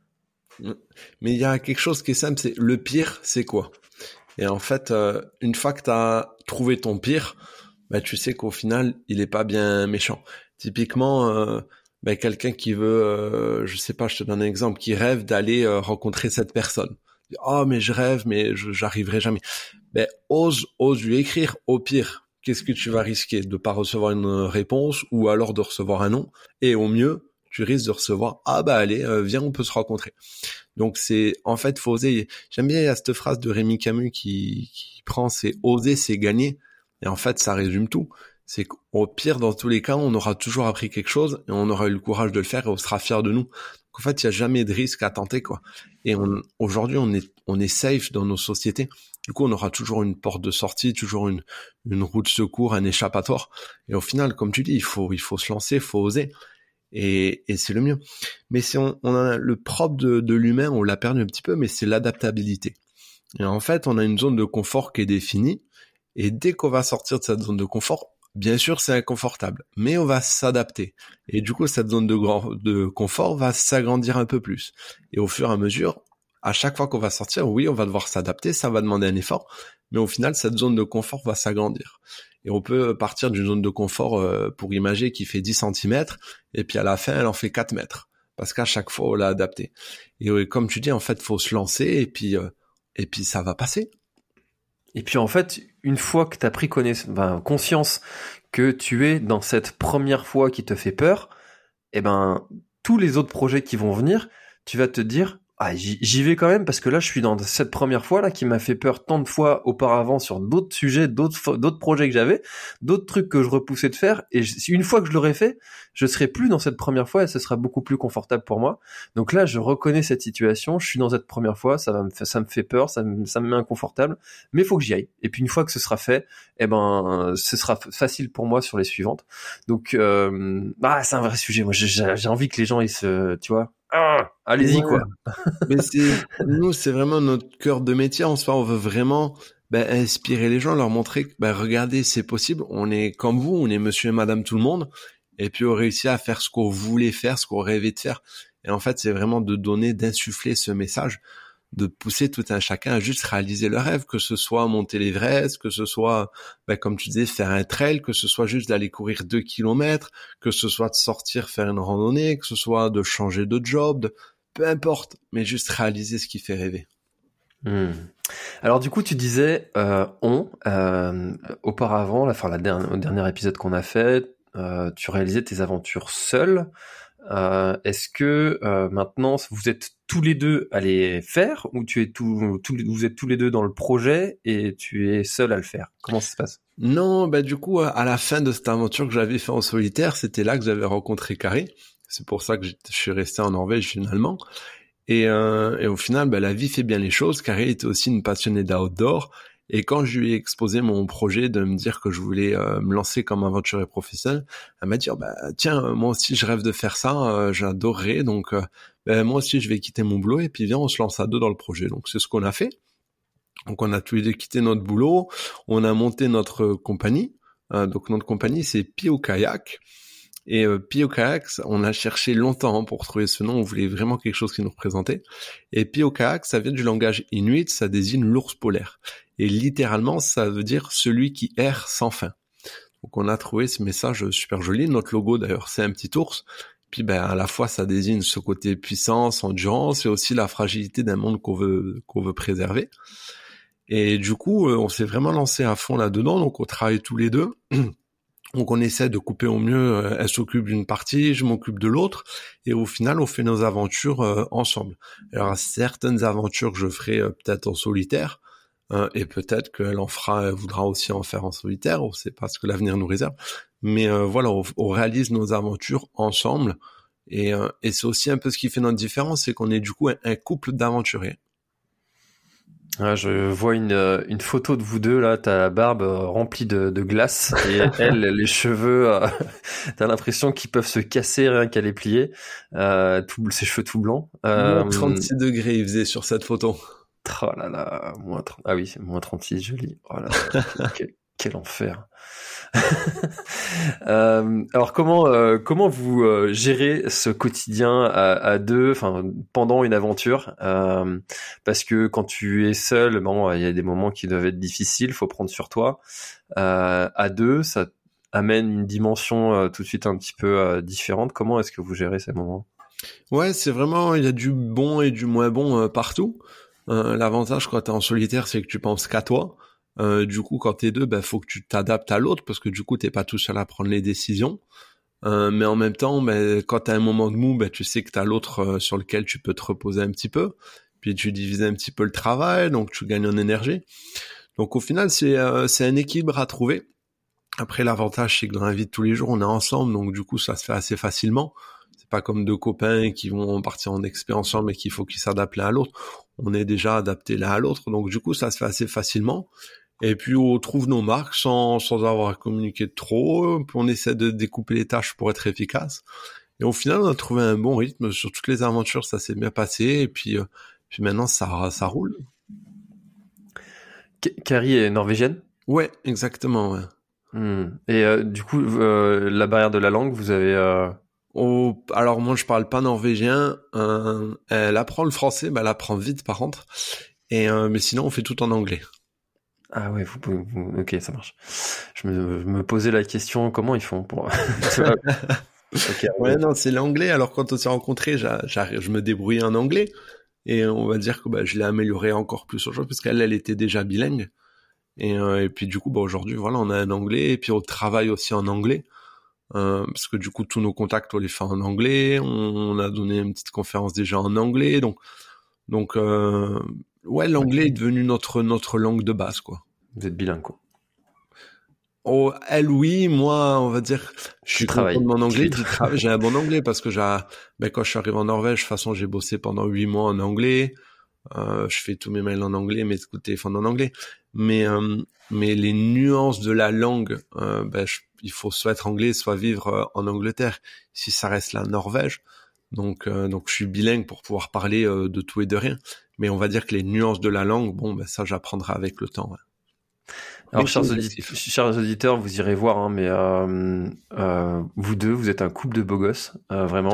Mais il y a quelque chose qui est simple, c'est le pire, c'est quoi? Et en fait, euh, une fois que tu as trouvé ton pire, bah, tu sais qu'au final, il est pas bien méchant. Typiquement, euh, bah, quelqu'un qui veut, euh, je sais pas, je te donne un exemple, qui rêve d'aller euh, rencontrer cette personne. Oh, mais je rêve, mais je, j'arriverai jamais. Ben, ose, ose lui écrire. Au pire, qu'est-ce que tu vas risquer? De pas recevoir une réponse ou alors de recevoir un non. Et au mieux, tu risques de recevoir, ah bah allez, euh, viens, on peut se rencontrer. Donc c'est, en fait, faut oser. J'aime bien, il y a cette phrase de Rémi Camus qui, qui prend, c'est oser, c'est gagner. Et en fait, ça résume tout. C'est qu'au pire, dans tous les cas, on aura toujours appris quelque chose et on aura eu le courage de le faire et on sera fier de nous. Donc, en fait, il y a jamais de risque à tenter, quoi. Et on, aujourd'hui, on est, on est safe dans nos sociétés. Du coup, on aura toujours une porte de sortie, toujours une, une roue de secours, un échappatoire. Et au final, comme tu dis, il faut, il faut se lancer, il faut oser. Et, et c'est le mieux. Mais si on, on a le propre de, de l'humain, on l'a perdu un petit peu, mais c'est l'adaptabilité. Et en fait, on a une zone de confort qui est définie. Et dès qu'on va sortir de cette zone de confort, bien sûr, c'est inconfortable, mais on va s'adapter. Et du coup, cette zone de, grand, de confort va s'agrandir un peu plus. Et au fur et à mesure, à chaque fois qu'on va sortir, oui, on va devoir s'adapter, ça va demander un effort, mais au final, cette zone de confort va s'agrandir. Et on peut partir d'une zone de confort, euh, pour imager, qui fait dix centimètres, et puis à la fin, elle en fait quatre mètres. Parce qu'à chaque fois, on l'a adapté. Et euh, comme tu dis, en fait, faut se lancer, et puis, euh, et puis ça va passer. Et puis en fait, une fois que tu as pris connaissance, ben, conscience que tu es dans cette première fois qui te fait peur, eh ben tous les autres projets qui vont venir, tu vas te dire ah j'y, j'y vais quand même parce que là je suis dans cette première fois là qui m'a fait peur tant de fois auparavant sur d'autres sujets, d'autres d'autres projets que j'avais, d'autres trucs que je repoussais de faire et je, une fois que je l'aurai fait, je serai plus dans cette première fois et ce sera beaucoup plus confortable pour moi. Donc là je reconnais cette situation, je suis dans cette première fois, ça va me ça me fait peur, ça me ça me met inconfortable, mais il faut que j'y aille. Et puis une fois que ce sera fait, eh ben ce sera facile pour moi sur les suivantes. Donc euh, ah c'est un vrai sujet. Moi j'ai, j'ai envie que les gens ils se tu vois Ah, allez-y ouais. Quoi. Mais c'est nous, c'est vraiment notre cœur de métier. En soi, on veut vraiment ben, inspirer les gens, leur montrer que ben, regardez, c'est possible. On est comme vous, on est Monsieur et Madame tout le monde, et puis on réussit à faire ce qu'on voulait faire, ce qu'on rêvait de faire. Et en fait, c'est vraiment de donner, d'insuffler ce message, de pousser tout un chacun à juste réaliser le rêve, que ce soit monter l'Everest, que ce soit, ben, comme tu disais, faire un trail, que ce soit juste d'aller courir deux kilomètres, que ce soit de sortir faire une randonnée, que ce soit de changer de job, de... peu importe, mais juste réaliser ce qui fait rêver. Mmh. Alors du coup, tu disais euh, on euh, auparavant, la, enfin la dernière, au dernier épisode qu'on a fait, euh, tu réalisais tes aventures seul. Euh, est-ce que euh, maintenant vous êtes tous les deux à les faire ou tu es tout, tout, vous êtes tous les deux dans le projet et tu es seul à le faire? Comment ça se passe? Non, bah du coup à la fin de cette aventure que j'avais fait en solitaire, c'était là que j'avais rencontré Carré. C'est pour ça que je suis resté en Norvège finalement. Et, euh, et au final, bah, la vie fait bien les choses. Carré était aussi une passionnée d'outdoor. Et quand je lui ai exposé mon projet de me dire que je voulais euh, me lancer comme aventurier professionnel, elle m'a dit oh, bah tiens, moi aussi je rêve de faire ça, euh, j'adorerais, donc euh, bah, moi aussi je vais quitter mon boulot et puis viens on se lance à deux dans le projet. Donc c'est ce qu'on a fait. Donc on a tous les deux quitté notre boulot, on a monté notre compagnie. Euh, donc notre compagnie c'est Pied au kayak. Et euh, Pio-Kayak, on a cherché longtemps hein, pour trouver ce nom, on voulait vraiment quelque chose qui nous représentait. Et Pio-Kayak, ça vient du langage inuit, ça désigne l'ours polaire. Et littéralement, ça veut dire celui qui erre sans fin. Donc on a trouvé ce message super joli. Notre logo d'ailleurs, c'est un petit ours. Puis ben à la fois, ça désigne ce côté puissance, endurance et aussi la fragilité d'un monde qu'on veut qu'on veut préserver. Et du coup, on s'est vraiment lancé à fond là-dedans. Donc on travaille tous les deux. Donc on essaie de couper au mieux, elle s'occupe d'une partie, je m'occupe de l'autre, et au final on fait nos aventures euh, ensemble. Alors certaines aventures que je ferai euh, peut-être en solitaire, euh, et peut-être qu'elle en fera, elle voudra aussi en faire en solitaire, on sait pas ce que l'avenir nous réserve, mais euh, voilà, on, on réalise nos aventures ensemble, et, euh, et c'est aussi un peu ce qui fait notre différence, c'est qu'on est du coup un, un couple d'aventuriers. Ah, je vois une, une photo de vous deux là, t'as la barbe remplie de, de glace et elle, les cheveux, euh, t'as l'impression qu'ils peuvent se casser rien qu'à les plier, euh, tout, ses cheveux tout blancs. Euh, moins trente-six degrés il faisait sur cette photo. Oh là là, moins trente, ah oui, moins trente-six, joli. Oh là là, quel, quel enfer. euh, alors comment euh, comment vous euh, gérez ce quotidien à, à deux, enfin pendant une aventure, euh, parce que quand tu es seul, bon, il y a des moments qui doivent être difficiles, faut prendre sur toi. Euh, à deux, ça amène une dimension euh, tout de suite un petit peu euh, différente. Comment est-ce que vous gérez ces moments? Ouais, c'est vraiment, il y a du bon et du moins bon euh, partout. Euh, l'avantage quand t'es en solitaire, c'est que tu penses qu'à toi. Euh, du coup, quand t'es deux, ben faut que tu t'adaptes à l'autre parce que du coup, t'es pas tout seul à prendre les décisions. Euh, mais en même temps, ben quand t'as un moment de mou, ben tu sais que t'as l'autre euh, sur lequel tu peux te reposer un petit peu. Puis tu divises un petit peu le travail, donc tu gagnes en énergie. Donc au final, c'est euh, c'est un équilibre à trouver. Après, l'avantage, c'est que dans la vie de tous les jours, on est ensemble, donc du coup, ça se fait assez facilement. C'est pas comme deux copains qui vont partir en expé ensemble et qu'il faut qu'ils s'adaptent l'un à l'autre. On est déjà adaptés l'un à l'autre, donc du coup, ça se fait assez facilement. Et puis on trouve nos marques sans sans avoir à communiquer trop. Puis on essaie de découper les tâches pour être efficace. Et au final, on a trouvé un bon rythme sur toutes les aventures. Ça s'est bien passé. Et puis euh, puis maintenant, ça ça roule. Carrie est norvégienne? Ouais, exactement. Ouais. Hmm. Et euh, du coup, euh, la barrière de la langue, vous avez. Euh... Oh, alors moi, je parle pas norvégien. Euh, elle apprend le français, bah elle apprend vite par contre. Et euh, mais sinon, on fait tout en anglais. Ah ouais, vous, vous, vous, ok, ça marche. Je me, je me posais la question, comment ils font pour... okay, ouais, non, c'est l'anglais. Alors quand on s'est rencontrés, je me débrouillais en anglais. Et on va dire que bah, je l'ai amélioré encore plus aujourd'hui parce qu'elle, elle était déjà bilingue. Et, euh, et puis du coup, bah, aujourd'hui, voilà, on a un anglais. Et puis on travaille aussi en anglais. Euh, parce que du coup, tous nos contacts, on les fait en anglais. On, on a donné une petite conférence déjà en anglais. Donc, donc euh, ouais, l'anglais est devenu notre notre langue de base, quoi. Vous êtes bilingue, quoi. Oh, elle, oui, moi, on va dire, je suis content de mon anglais. J'ai un bon anglais parce que j'ai, ben, quand je suis arrivé en Norvège, de toute façon, j'ai bossé pendant huit mois en anglais. Euh, je fais tous mes mails en anglais, mes coups de téléphone en anglais. Mais, euh, mais les nuances de la langue, euh, ben, je, il faut soit être anglais, soit vivre euh, en Angleterre. Si ça reste la Norvège. Donc, euh, donc, je suis bilingue pour pouvoir parler euh, de tout et de rien. Mais on va dire que les nuances de la langue, bon, ben, ça, j'apprendrai avec le temps, ouais. Alors, chers, audit- chers auditeurs, vous irez voir, hein, mais euh, euh, vous deux, vous êtes un couple de beaux gosses, euh, vraiment.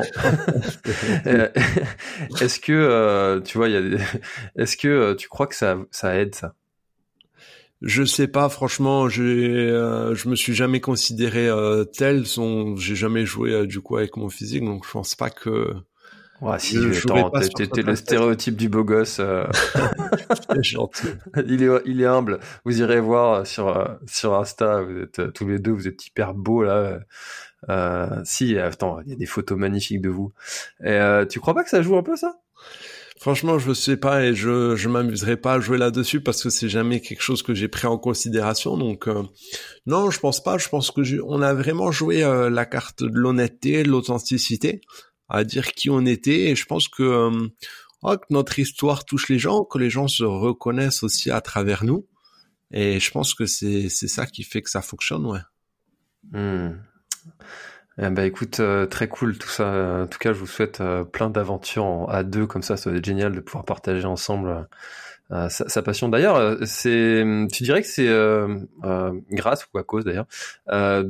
Est-ce que, euh, tu vois, il y a des... Est-ce que euh, tu crois que ça, ça aide, ça? Je sais pas, franchement, j'ai, euh, je me suis jamais considéré euh, tel. Son, j'ai jamais joué euh, du coup avec mon physique, donc je pense pas que. Ouais, si, attends, t'es, t'es le stéréotype du beau gosse. Euh... C'est gentil. il est, il est humble. Vous irez voir sur sur Insta. Vous êtes tous les deux, vous êtes hyper beaux là. Euh, si, attends, il y a des photos magnifiques de vous. Et euh, tu crois pas que ça joue un peu ça? Franchement, je sais pas et je je m'amuserai pas à jouer là-dessus parce que c'est jamais quelque chose que j'ai pris en considération. Donc euh, non, je pense pas. Je pense que j'ai, on a vraiment joué euh, la carte de l'honnêteté, de l'authenticité, à dire qui on était. Et je pense que, euh, oh, que notre histoire touche les gens, que les gens se reconnaissent aussi à travers nous. Et je pense que c'est c'est ça qui fait que ça fonctionne, ouais. Hmm. Eh ben écoute, euh, très cool tout ça. En tout cas, je vous souhaite euh, plein d'aventures en, à deux comme ça. Ça va être génial de pouvoir partager ensemble euh, sa, sa passion. D'ailleurs, c'est, tu dirais que c'est euh, euh, grâce ou à cause d'ailleurs euh, de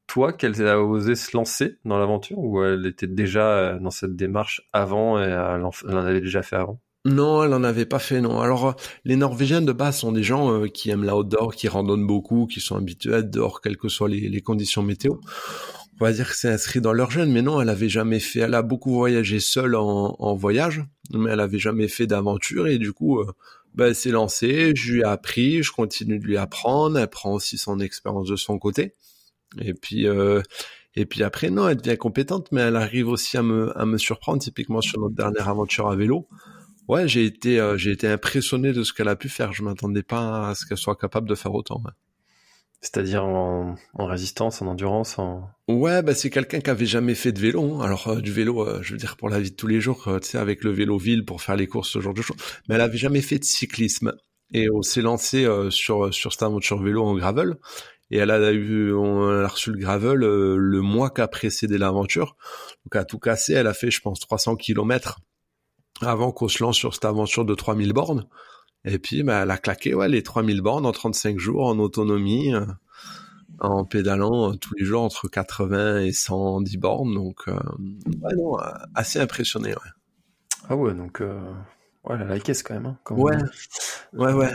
toi qu'elle a osé se lancer dans l'aventure ou elle était déjà dans cette démarche avant et elle en, elle en avait déjà fait avant? Non, elle en avait pas fait, non. Alors, euh, les Norvégiens de base sont des gens euh, qui aiment l'outdoor, qui randonnent beaucoup, qui sont habitués à être dehors, quelles que soient les, les conditions météo. On va dire que c'est inscrit dans leur gène, mais non, elle avait jamais fait. Elle a beaucoup voyagé seule en, en voyage, mais elle avait jamais fait d'aventure et du coup, euh, ben, elle s'est lancée. Je lui ai appris, je continue de lui apprendre. Elle prend aussi son expérience de son côté. Et puis, euh, et puis après, non, elle devient compétente, mais elle arrive aussi à me, à me surprendre. Typiquement sur notre dernière aventure à vélo. Ouais, j'ai été, euh, j'ai été impressionné de ce qu'elle a pu faire. Je m'attendais pas à ce qu'elle soit capable de faire autant. Ouais. C'est-à-dire en, en résistance, en endurance, en... Ouais, bah c'est quelqu'un qui avait jamais fait de vélo. Hein. Alors euh, du vélo, euh, je veux dire pour la vie de tous les jours, euh, tu sais, avec le vélo ville pour faire les courses, ce genre de choses. Mais elle avait jamais fait de cyclisme. Et on s'est lancé euh, sur sur cette aventure vélo en gravel. Et elle a eu, on a reçu le gravel euh, le mois qu'a précédé l'aventure. Donc à tout casser, elle a fait, je pense, trois cents kilomètres avant qu'on se lance sur cette aventure de trois mille bornes. Et puis, bah, elle a claqué, ouais, les trois mille bornes en trente-cinq jours, en autonomie, euh, en pédalant euh, tous les jours entre quatre-vingts et cent dix bornes. Donc, euh, ouais, non, euh, assez impressionné, ouais. Ah ouais, donc, euh, ouais, la caisse quand même, hein, quand ouais. même. Ouais, ouais.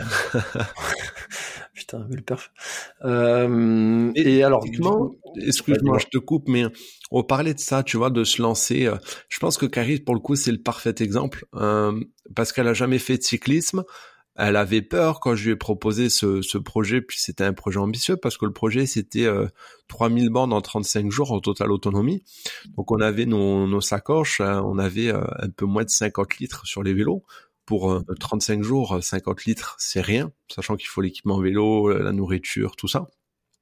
Putain, belle perf. Euh, et, et alors, coup, excuse-moi, je te coupe, mais on parlait de ça, tu vois, de se lancer. Euh, je pense que Carrie, pour le coup, c'est le parfait exemple, euh, parce qu'elle a jamais fait de cyclisme. Elle avait peur quand je lui ai proposé ce, ce projet, puis c'était un projet ambitieux, parce que le projet, c'était euh, trois mille bornes en trente-cinq jours en totale autonomie. Donc, on avait nos, nos sacoches, hein, on avait euh, un peu moins de cinquante litres sur les vélos. Pour euh, trente-cinq jours, cinquante litres, c'est rien, sachant qu'il faut l'équipement vélo, la nourriture, tout ça.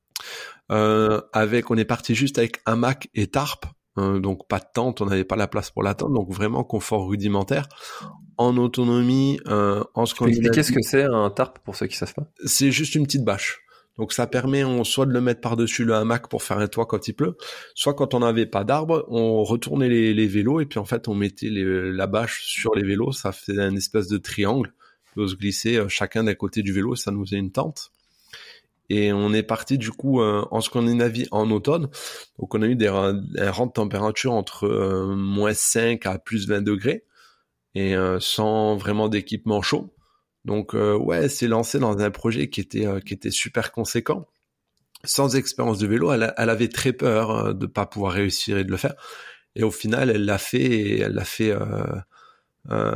Euh, avec, on est parti juste avec hamac et tarp, euh, donc pas de tente, on n'avait pas la place pour la tente, donc vraiment confort rudimentaire. En autonomie, euh, en ce qu'on Tu peux expliquer ce que c'est un tarp pour ceux qui savent pas? C'est juste une petite bâche. Donc ça permet on, soit de le mettre par-dessus le hamac pour faire un toit quand il pleut, soit quand on n'avait pas d'arbre, on retournait les, les vélos et puis en fait on mettait les, la bâche sur les vélos, ça faisait une espèce de triangle, on se glisser euh, chacun d'un côté du vélo, ça nous faisait une tente. Et on est parti du coup euh, en Scandinavie en automne, donc on a eu des, un, un rang de température entre euh, moins cinq à plus vingt degrés, et euh, sans vraiment d'équipement chaud. Donc euh, ouais, c'est lancé dans un projet qui était euh, qui était super conséquent. Sans expérience de vélo, elle, elle avait très peur euh, de pas pouvoir réussir et de le faire. Et au final, elle l'a fait et elle l'a fait euh, euh,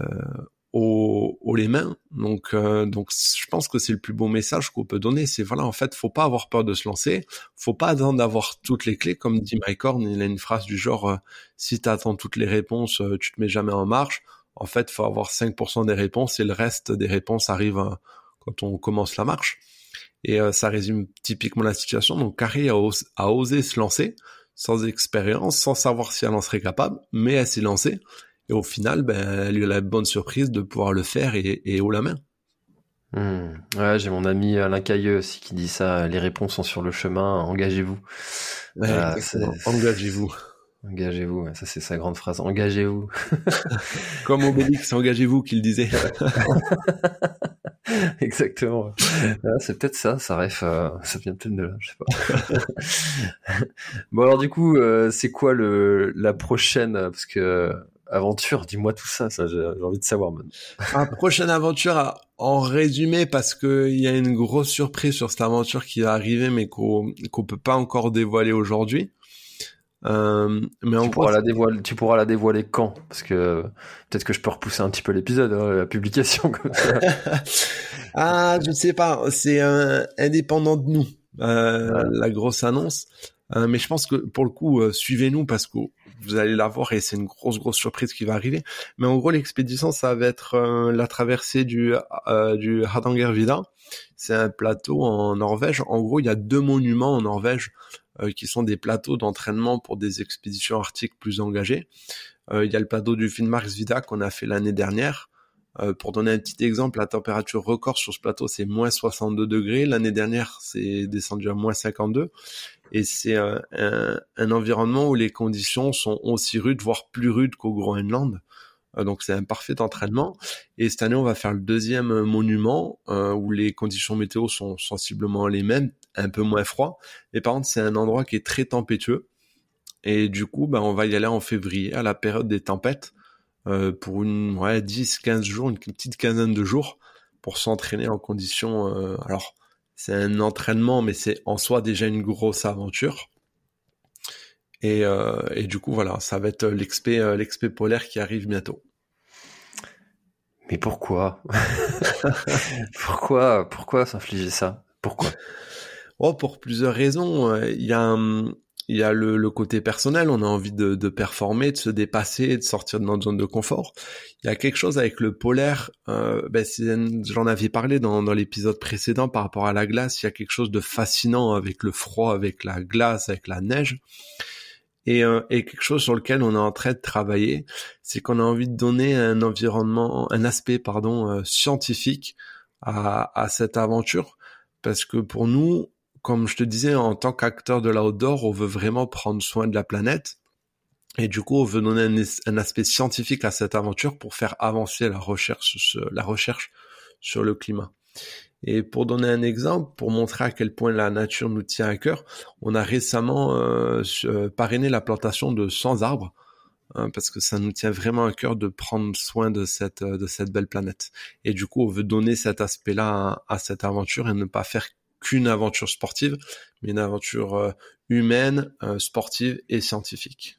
au, au les mains. Donc euh, donc je pense que c'est le plus beau message qu'on peut donner. C'est voilà, en fait, faut pas avoir peur de se lancer. Faut pas attendre d'avoir toutes les clés. Comme dit Mike Horn, il a une phrase du genre euh, si t'attends toutes les réponses, euh, tu te mets jamais en marche. En fait, faut avoir cinq pour cent des réponses et le reste des réponses arrivent euh, quand on commence la marche. Et euh, ça résume typiquement la situation. Donc, Carrie a, os- a osé se lancer sans expérience, sans savoir si elle en serait capable, mais elle s'est lancée. Et au final, ben, elle a eu la bonne surprise de pouvoir le faire et, et haut la main. Mmh. Ouais, j'ai mon ami Alain Cailleux aussi qui dit ça. Les réponses sont sur le chemin. Engagez-vous. Ouais, euh, engagez-vous. Engagez-vous, ça c'est sa grande phrase, engagez-vous. Comme Obélix, engagez-vous qu'il disait. Exactement. Ah, c'est peut-être ça, ça ref, euh, ça vient peut-être de là, je sais pas. Bon alors du coup, euh, c'est quoi le la prochaine, parce que euh, aventure, dis-moi tout ça, ça j'ai, j'ai envie de savoir maintenant. La prochaine aventure, en résumé, parce que il y a une grosse surprise sur cette aventure qui va arriver, mais qu'on qu'on peut pas encore dévoiler aujourd'hui. Euh, mais tu en pourras gros, la dévoiler, tu pourras la dévoiler quand? Parce que peut-être que je peux repousser un petit peu l'épisode, hein, la publication comme ça. Ah, je sais pas, c'est euh, indépendant de nous, euh, Ouais. la grosse annonce. Euh, mais je pense que pour le coup, euh, suivez-nous parce que vous allez la voir et c'est une grosse grosse surprise qui va arriver. Mais en gros, l'expédition, ça va être euh, la traversée du euh, du Hardangervidda. C'est un plateau en Norvège. En gros, il y a deux monuments en Norvège euh, qui sont des plateaux d'entraînement pour des expéditions arctiques plus engagées. Euh, il y a le plateau du Finnmarksvidda qu'on a fait l'année dernière. Euh, pour donner un petit exemple, la température record sur ce plateau, c'est moins soixante-deux degrés. L'année dernière, c'est descendu à moins cinquante-deux. Et c'est euh, un, un environnement où les conditions sont aussi rudes, voire plus rudes qu'au Groenland. Euh, donc c'est un parfait entraînement. Et cette année, on va faire le deuxième monument euh, où les conditions météo sont sensiblement les mêmes, un peu moins froid. Mais par contre, c'est un endroit qui est très tempétueux. Et du coup, ben, on va y aller en février, à la période des tempêtes, euh, pour une ouais, dix quinze jours, une petite quinzaine de jours, pour s'entraîner en conditions... Euh, alors, c'est un entraînement, mais c'est en soi déjà une grosse aventure. Et, euh, et du coup, voilà, ça va être l'expé, euh, l'expé polaire qui arrive bientôt. Mais pourquoi Pourquoi Pourquoi s'infliger ça Pourquoi Oh, pour plusieurs raisons. Il y a, un, il y a le, le côté personnel. On a envie de, de performer, de se dépasser, de sortir de notre zone de confort. Il y a quelque chose avec le polaire. Euh, ben c'est, j'en avais parlé dans, dans l'épisode précédent par rapport à la glace. Il y a quelque chose de fascinant avec le froid, avec la glace, avec la neige. Et, euh, et quelque chose sur lequel on est en train de travailler, c'est qu'on a envie de donner un environnement, un aspect, pardon, euh, scientifique à, à cette aventure, parce que pour nous, comme je te disais, en tant qu'acteur de l'outdoor, on veut vraiment prendre soin de la planète, et du coup, on veut donner un, un aspect scientifique à cette aventure pour faire avancer la recherche, la recherche sur le climat. Et pour donner un exemple, pour montrer à quel point la nature nous tient à cœur, on a récemment euh, parrainé la plantation de cent arbres, hein, parce que ça nous tient vraiment à cœur de prendre soin de cette de cette belle planète. Et du coup, on veut donner cet aspect-là à, à cette aventure et ne pas faire qu'une aventure sportive, mais une aventure euh, humaine, euh, sportive et scientifique.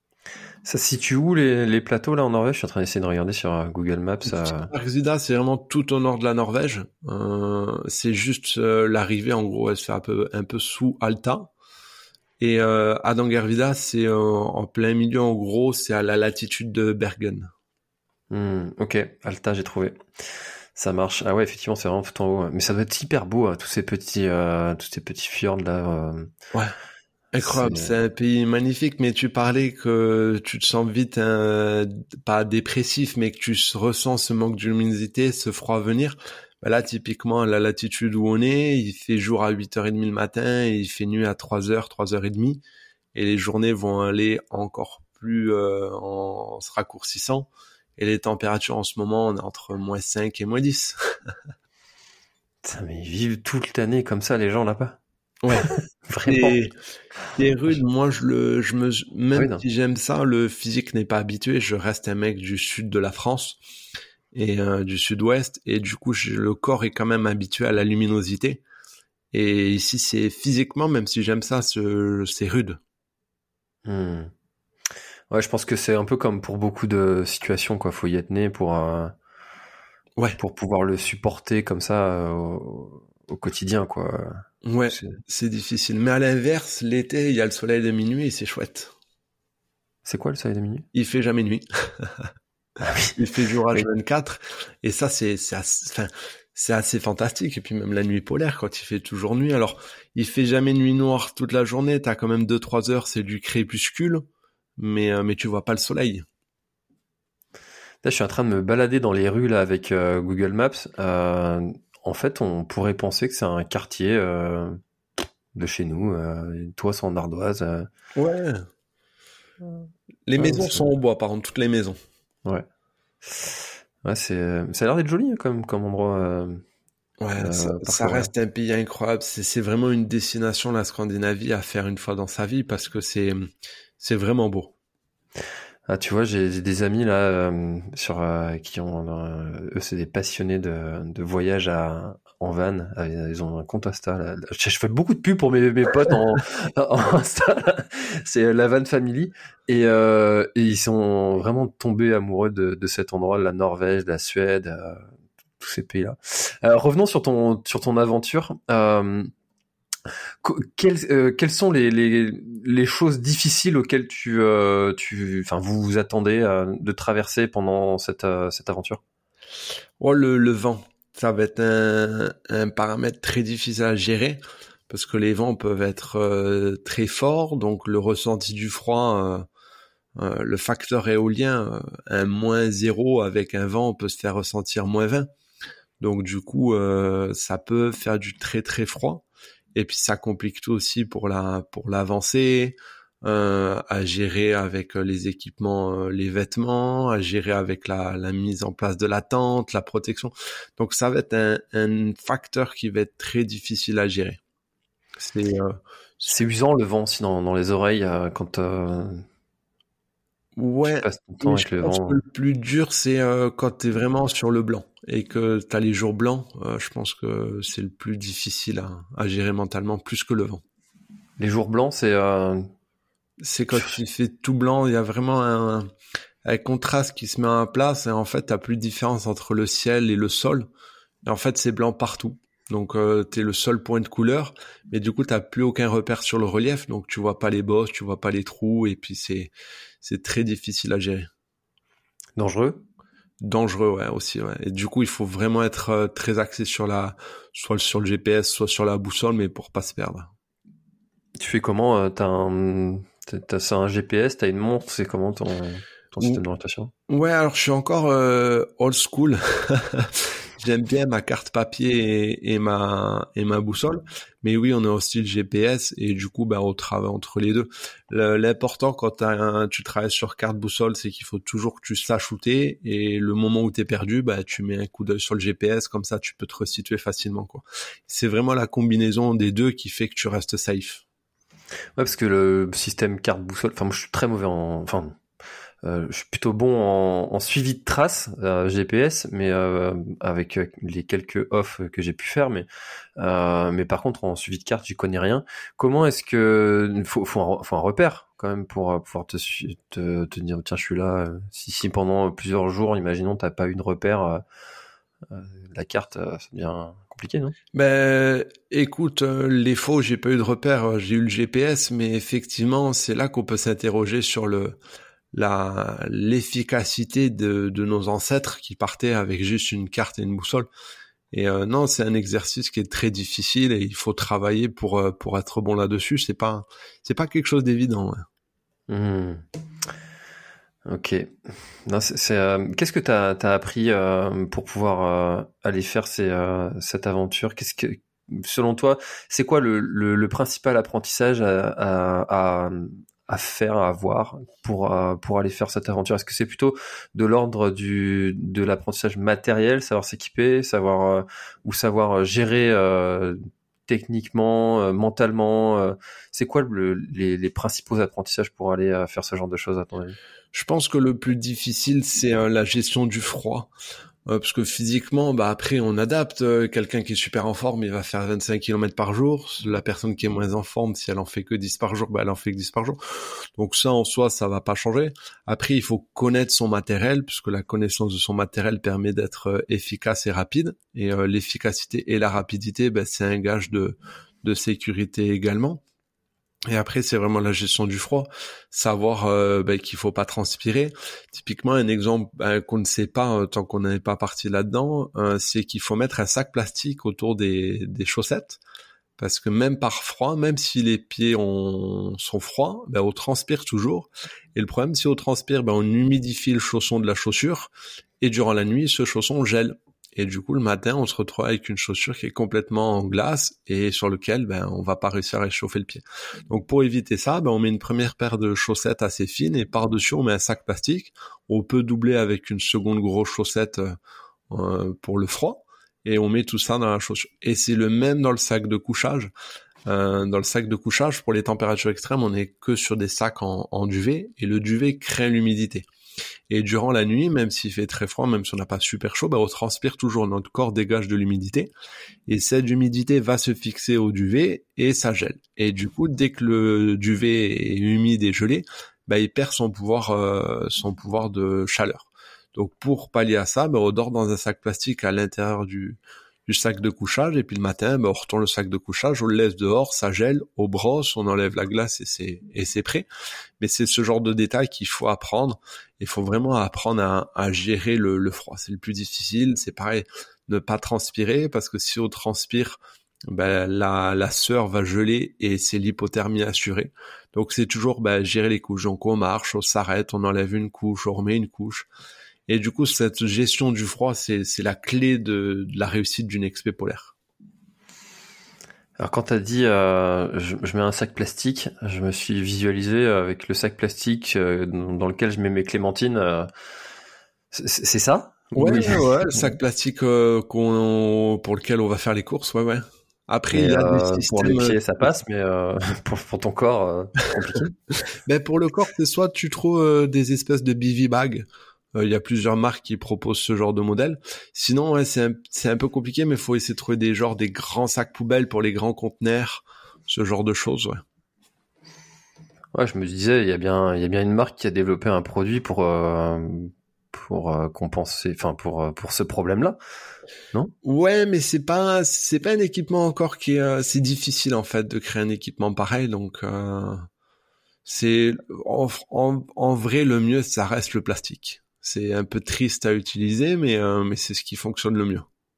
Ça se situe où les, les plateaux là en Norvège? Je suis en train d'essayer de regarder sur euh, Google Maps. Ça... Hardangervidda, c'est vraiment tout au nord de la Norvège. Euh, c'est juste euh, l'arrivée, en gros, elle se fait un peu, un peu sous Alta. Et euh, Hardangervidda, c'est euh, en plein milieu, en gros, c'est à la latitude de Bergen. Hmm, ok, Alta, j'ai trouvé. Ça marche. Ah ouais, effectivement, c'est vraiment tout en haut. Mais ça doit être hyper beau, hein, tous ces petits, euh, tous ces petits fjords là. Euh... Ouais. Incroyable, c'est... c'est un pays magnifique, mais tu parlais que tu te sens vite un, pas dépressif, mais que tu ressens ce manque de luminosité, ce froid venir. Ben là, typiquement, à la latitude où on est, il fait jour à huit heures trente le matin et il fait nuit à trois heures, trois heures trente, et les journées vont aller encore plus euh, en se raccourcissant, et les températures en ce moment, on est entre moins cinq et moins dix. Putain, mais ils vivent toute l'année comme ça, les gens là-bas. Ouais, vraiment. Et, et rude, moi je le, je me, même oui, si j'aime ça, le physique n'est pas habitué. Je reste un mec du sud de la France et euh, du sud-ouest, et du coup je, le corps est quand même habitué à la luminosité. Et ici c'est physiquement, même si j'aime ça, c'est, c'est rude. Hmm. Ouais, je pense que c'est un peu comme pour beaucoup de situations, quoi. Faut y être né pour, euh, ouais, pour pouvoir le supporter comme ça euh, au, au quotidien, quoi. Ouais, c'est... c'est difficile. Mais à l'inverse, l'été, il y a le soleil de minuit et c'est chouette. C'est quoi le soleil de minuit? Il fait jamais nuit. Ah oui. Il fait jour à vingt-quatre. Et ça, c'est, c'est assez, enfin, c'est assez fantastique. Et puis même la nuit polaire, quand il fait toujours nuit. Alors, il fait jamais nuit noire toute la journée. T'as quand même deux, trois heures, c'est du crépuscule. Mais, euh, mais tu vois pas le soleil. Là, je suis en train de me balader dans les rues, là, avec euh, Google Maps. Euh, En fait, on pourrait penser que c'est un quartier euh, de chez nous. Euh, les toits sont en ardoise. Euh. Ouais. Les Ah, maisons c'est... sont en bois, par contre, toutes les maisons. Ouais. Ouais, c'est... ça a l'air d'être joli hein, comme, comme endroit. Euh, ouais, euh, ça, ça reste un pays incroyable. C'est, c'est vraiment une destination, la Scandinavie, à faire une fois dans sa vie parce que c'est, c'est vraiment beau. Ah, tu vois, j'ai des amis là euh, sur euh, qui ont euh, eux c'est des passionnés de, de voyage à en van. Ils ont un compte Insta. Là. Je fais beaucoup de pubs pour mes mes potes en, en Insta. Là. C'est la Van Family et euh, et ils sont vraiment tombés amoureux de de cet endroit, la Norvège, la Suède, euh, tous ces pays là. Euh, revenons sur ton sur ton aventure. Euh, Quelles, euh, quelles sont les, les, les choses difficiles auxquelles tu, euh, tu, enfin, vous vous attendez euh, de traverser pendant cette, euh, cette aventure? Oh, le, le vent, ça va être un, un paramètre très difficile à gérer parce que les vents peuvent être euh, très forts, donc le ressenti du froid, euh, euh, le facteur éolien, euh, un moins zéro avec un vent peut se faire ressentir moins vingt. Donc du coup, euh, ça peut faire du très très froid. Et puis ça complique tout aussi pour la pour l'avancée. euh, à gérer avec les équipements, euh, les vêtements, à gérer avec la, la mise en place de la tente, la protection. Donc ça va être un, un facteur qui va être très difficile à gérer. C'est, euh, c'est usant le vent aussi dans, dans les oreilles euh, quand euh, ouais, tu passes ton temps avec je le pense vent. que le plus dur, c'est euh, quand tu es vraiment sur le blanc et que tu as les jours blancs. Euh, je pense que c'est le plus difficile à, à gérer mentalement, plus que le vent. Les jours blancs, c'est... Euh... C'est quand tu fais tout blanc, il y a vraiment un, un contraste qui se met en place et en fait, t'as plus de différence entre le ciel et le sol. Et en fait, c'est blanc partout. Donc, euh, t'es le seul point de couleur, mais du coup, t'as plus aucun repère sur le relief, donc tu vois pas les bosses, tu vois pas les trous, et puis c'est c'est très difficile à gérer. Dangereux. Dangereux, ouais, aussi, ouais. Et du coup, il faut vraiment être euh, très axé sur la, soit sur le G P S, soit sur la boussole, mais pour pas se perdre. Tu fais comment euh, T'as un, t'as, t'as un G P S, t'as une montre, c'est comment ton, ton système d'orientation? Ouais, alors je suis encore euh, old school. J'aime bien ma carte papier et, et ma et ma boussole, mais oui, on a aussi le G P S et du coup, bah, on travaille entre les deux. Le, l'important quand t'as un, tu travailles sur carte boussole, c'est qu'il faut toujours que tu saches où t'es et le moment où t'es perdu, bah, tu mets un coup d'œil sur le G P S, comme ça, tu peux te resituer facilement, quoi. C'est vraiment la combinaison des deux qui fait que tu restes safe. Ouais, parce que le système carte boussole, enfin, moi, je suis très mauvais en, enfin. Euh, je suis plutôt bon en, en suivi de traces euh, G P S, mais euh, avec les quelques off que j'ai pu faire, mais euh, mais par contre en suivi de carte, j'y connais rien. Comment est-ce que faut faut un, faut un repère quand même pour pouvoir te te, te dire tiens je suis là. Si si pendant plusieurs jours, imaginons t'as pas eu de repère, euh, euh, la carte ça devient compliqué, non? Ben écoute, euh, les faux, j'ai pas eu de repère, j'ai eu le G P S, mais effectivement c'est là qu'on peut s'interroger sur le la l'efficacité de, de nos ancêtres qui partaient avec juste une carte et une boussole. Et euh, non, c'est un exercice qui est très difficile et il faut travailler pour euh, pour être bon là-dessus. C'est pas c'est pas quelque chose d'évident. Ouais. Mmh. Ok. Non, c'est, c'est, euh, qu'est-ce que t'as t'as appris euh, pour pouvoir euh, aller faire ces, euh, cette aventure? Qu'est-ce que selon toi, c'est quoi le, le, le principal apprentissage à, à, à à faire, à avoir pour euh, pour aller faire cette aventure? Est-ce que c'est plutôt de l'ordre du de l'apprentissage matériel, savoir s'équiper, savoir euh, ou savoir gérer euh, techniquement, euh, mentalement, euh, c'est quoi le, les, les principaux apprentissages pour aller euh, faire ce genre de choses à ton avis? Je pense que le plus difficile c'est euh, la gestion du froid. Euh, parce que physiquement, bah après on adapte. Euh, quelqu'un qui est super en forme, il va faire vingt-cinq kilomètres par jour. La personne qui est moins en forme, si elle en fait que dix par jour, bah elle en fait que dix par jour. Donc ça en soi, ça va pas changer. Après, il faut connaître son matériel, puisque la connaissance de son matériel permet d'être euh, efficace et rapide. Et euh, l'efficacité et la rapidité, bah, c'est un gage de de sécurité également. Et après, c'est vraiment la gestion du froid, savoir euh, ben, qu'il faut pas transpirer. Typiquement, un exemple ben, qu'on ne sait pas euh, tant qu'on n'est pas parti là-dedans, euh, c'est qu'il faut mettre un sac plastique autour des, des chaussettes, parce que même par froid, même si les pieds ont, sont froids, ben, on transpire toujours. Et le problème, si on transpire, ben, on humidifie le chausson de la chaussure, et durant la nuit, ce chausson gèle. Et du coup, le matin, on se retrouve avec une chaussure qui est complètement en glace et sur lequel, ben, on va pas réussir à réchauffer le pied. Donc, pour éviter ça, ben, on met une première paire de chaussettes assez fines et par-dessus, on met un sac plastique. On peut doubler avec une seconde grosse chaussette euh, pour le froid et on met tout ça dans la chaussure. Et c'est le même dans le sac de couchage. Euh, dans le sac de couchage, pour les températures extrêmes, on n'est que sur des sacs en, en duvet et le duvet craint l'humidité. Et durant la nuit, même s'il fait très froid, même si on n'a pas super chaud, bah on transpire toujours, notre corps dégage de l'humidité, et cette humidité va se fixer au duvet, et ça gèle. Et du coup, dès que le duvet est humide et gelé, bah il perd son pouvoir, euh, son pouvoir de chaleur. Donc pour pallier à ça, bah on dort dans un sac plastique à l'intérieur du, du sac de couchage, et puis le matin, bah on retourne le sac de couchage, on le laisse dehors, ça gèle, on brosse, on enlève la glace et c'est, et c'est prêt. Mais c'est ce genre de détails qu'il faut apprendre. Il faut vraiment apprendre à, à gérer le, le froid. C'est le plus difficile. C'est pareil, ne pas transpirer, parce que si on transpire, ben, la, la sueur va geler et c'est l'hypothermie assurée. Donc c'est toujours ben, gérer les couches. Donc on marche, on s'arrête, on enlève une couche, on remet une couche. Et du coup, cette gestion du froid, c'est, c'est la clé de, de la réussite d'une expé polaire. Alors quand t'as dit euh, je, je mets un sac plastique, je me suis visualisé avec le sac plastique euh, dans, dans lequel je mets mes clémentines. Euh, c'est, c'est ça? Ouais, Oui. ouais, le sac plastique euh, qu'on, pour lequel on va faire les courses, ouais, ouais. Après, Et il y a des euh, pour les systèmes. pieds ça passe, mais euh, pour, pour ton corps, euh, c'est compliqué. Ben pour le corps, c'est soit tu trouves euh, des espèces de B V bag. Euh, Il y a plusieurs marques qui proposent ce genre de modèle. Sinon, ouais, c'est un, c'est un peu compliqué, mais il faut essayer de trouver des genres des grands sacs poubelles pour les grands conteneurs, ce genre de choses, ouais. Ouais, je me disais, il y a bien, il y a bien une marque qui a développé un produit pour euh, pour euh, compenser, enfin pour euh, pour ce problème-là, non? Ouais, mais c'est pas c'est pas un équipement encore qui est euh, c'est difficile en fait de créer un équipement pareil, donc euh, c'est en, en en vrai le mieux ça reste le plastique. C'est un peu triste à utiliser, mais euh, mais c'est ce qui fonctionne le mieux.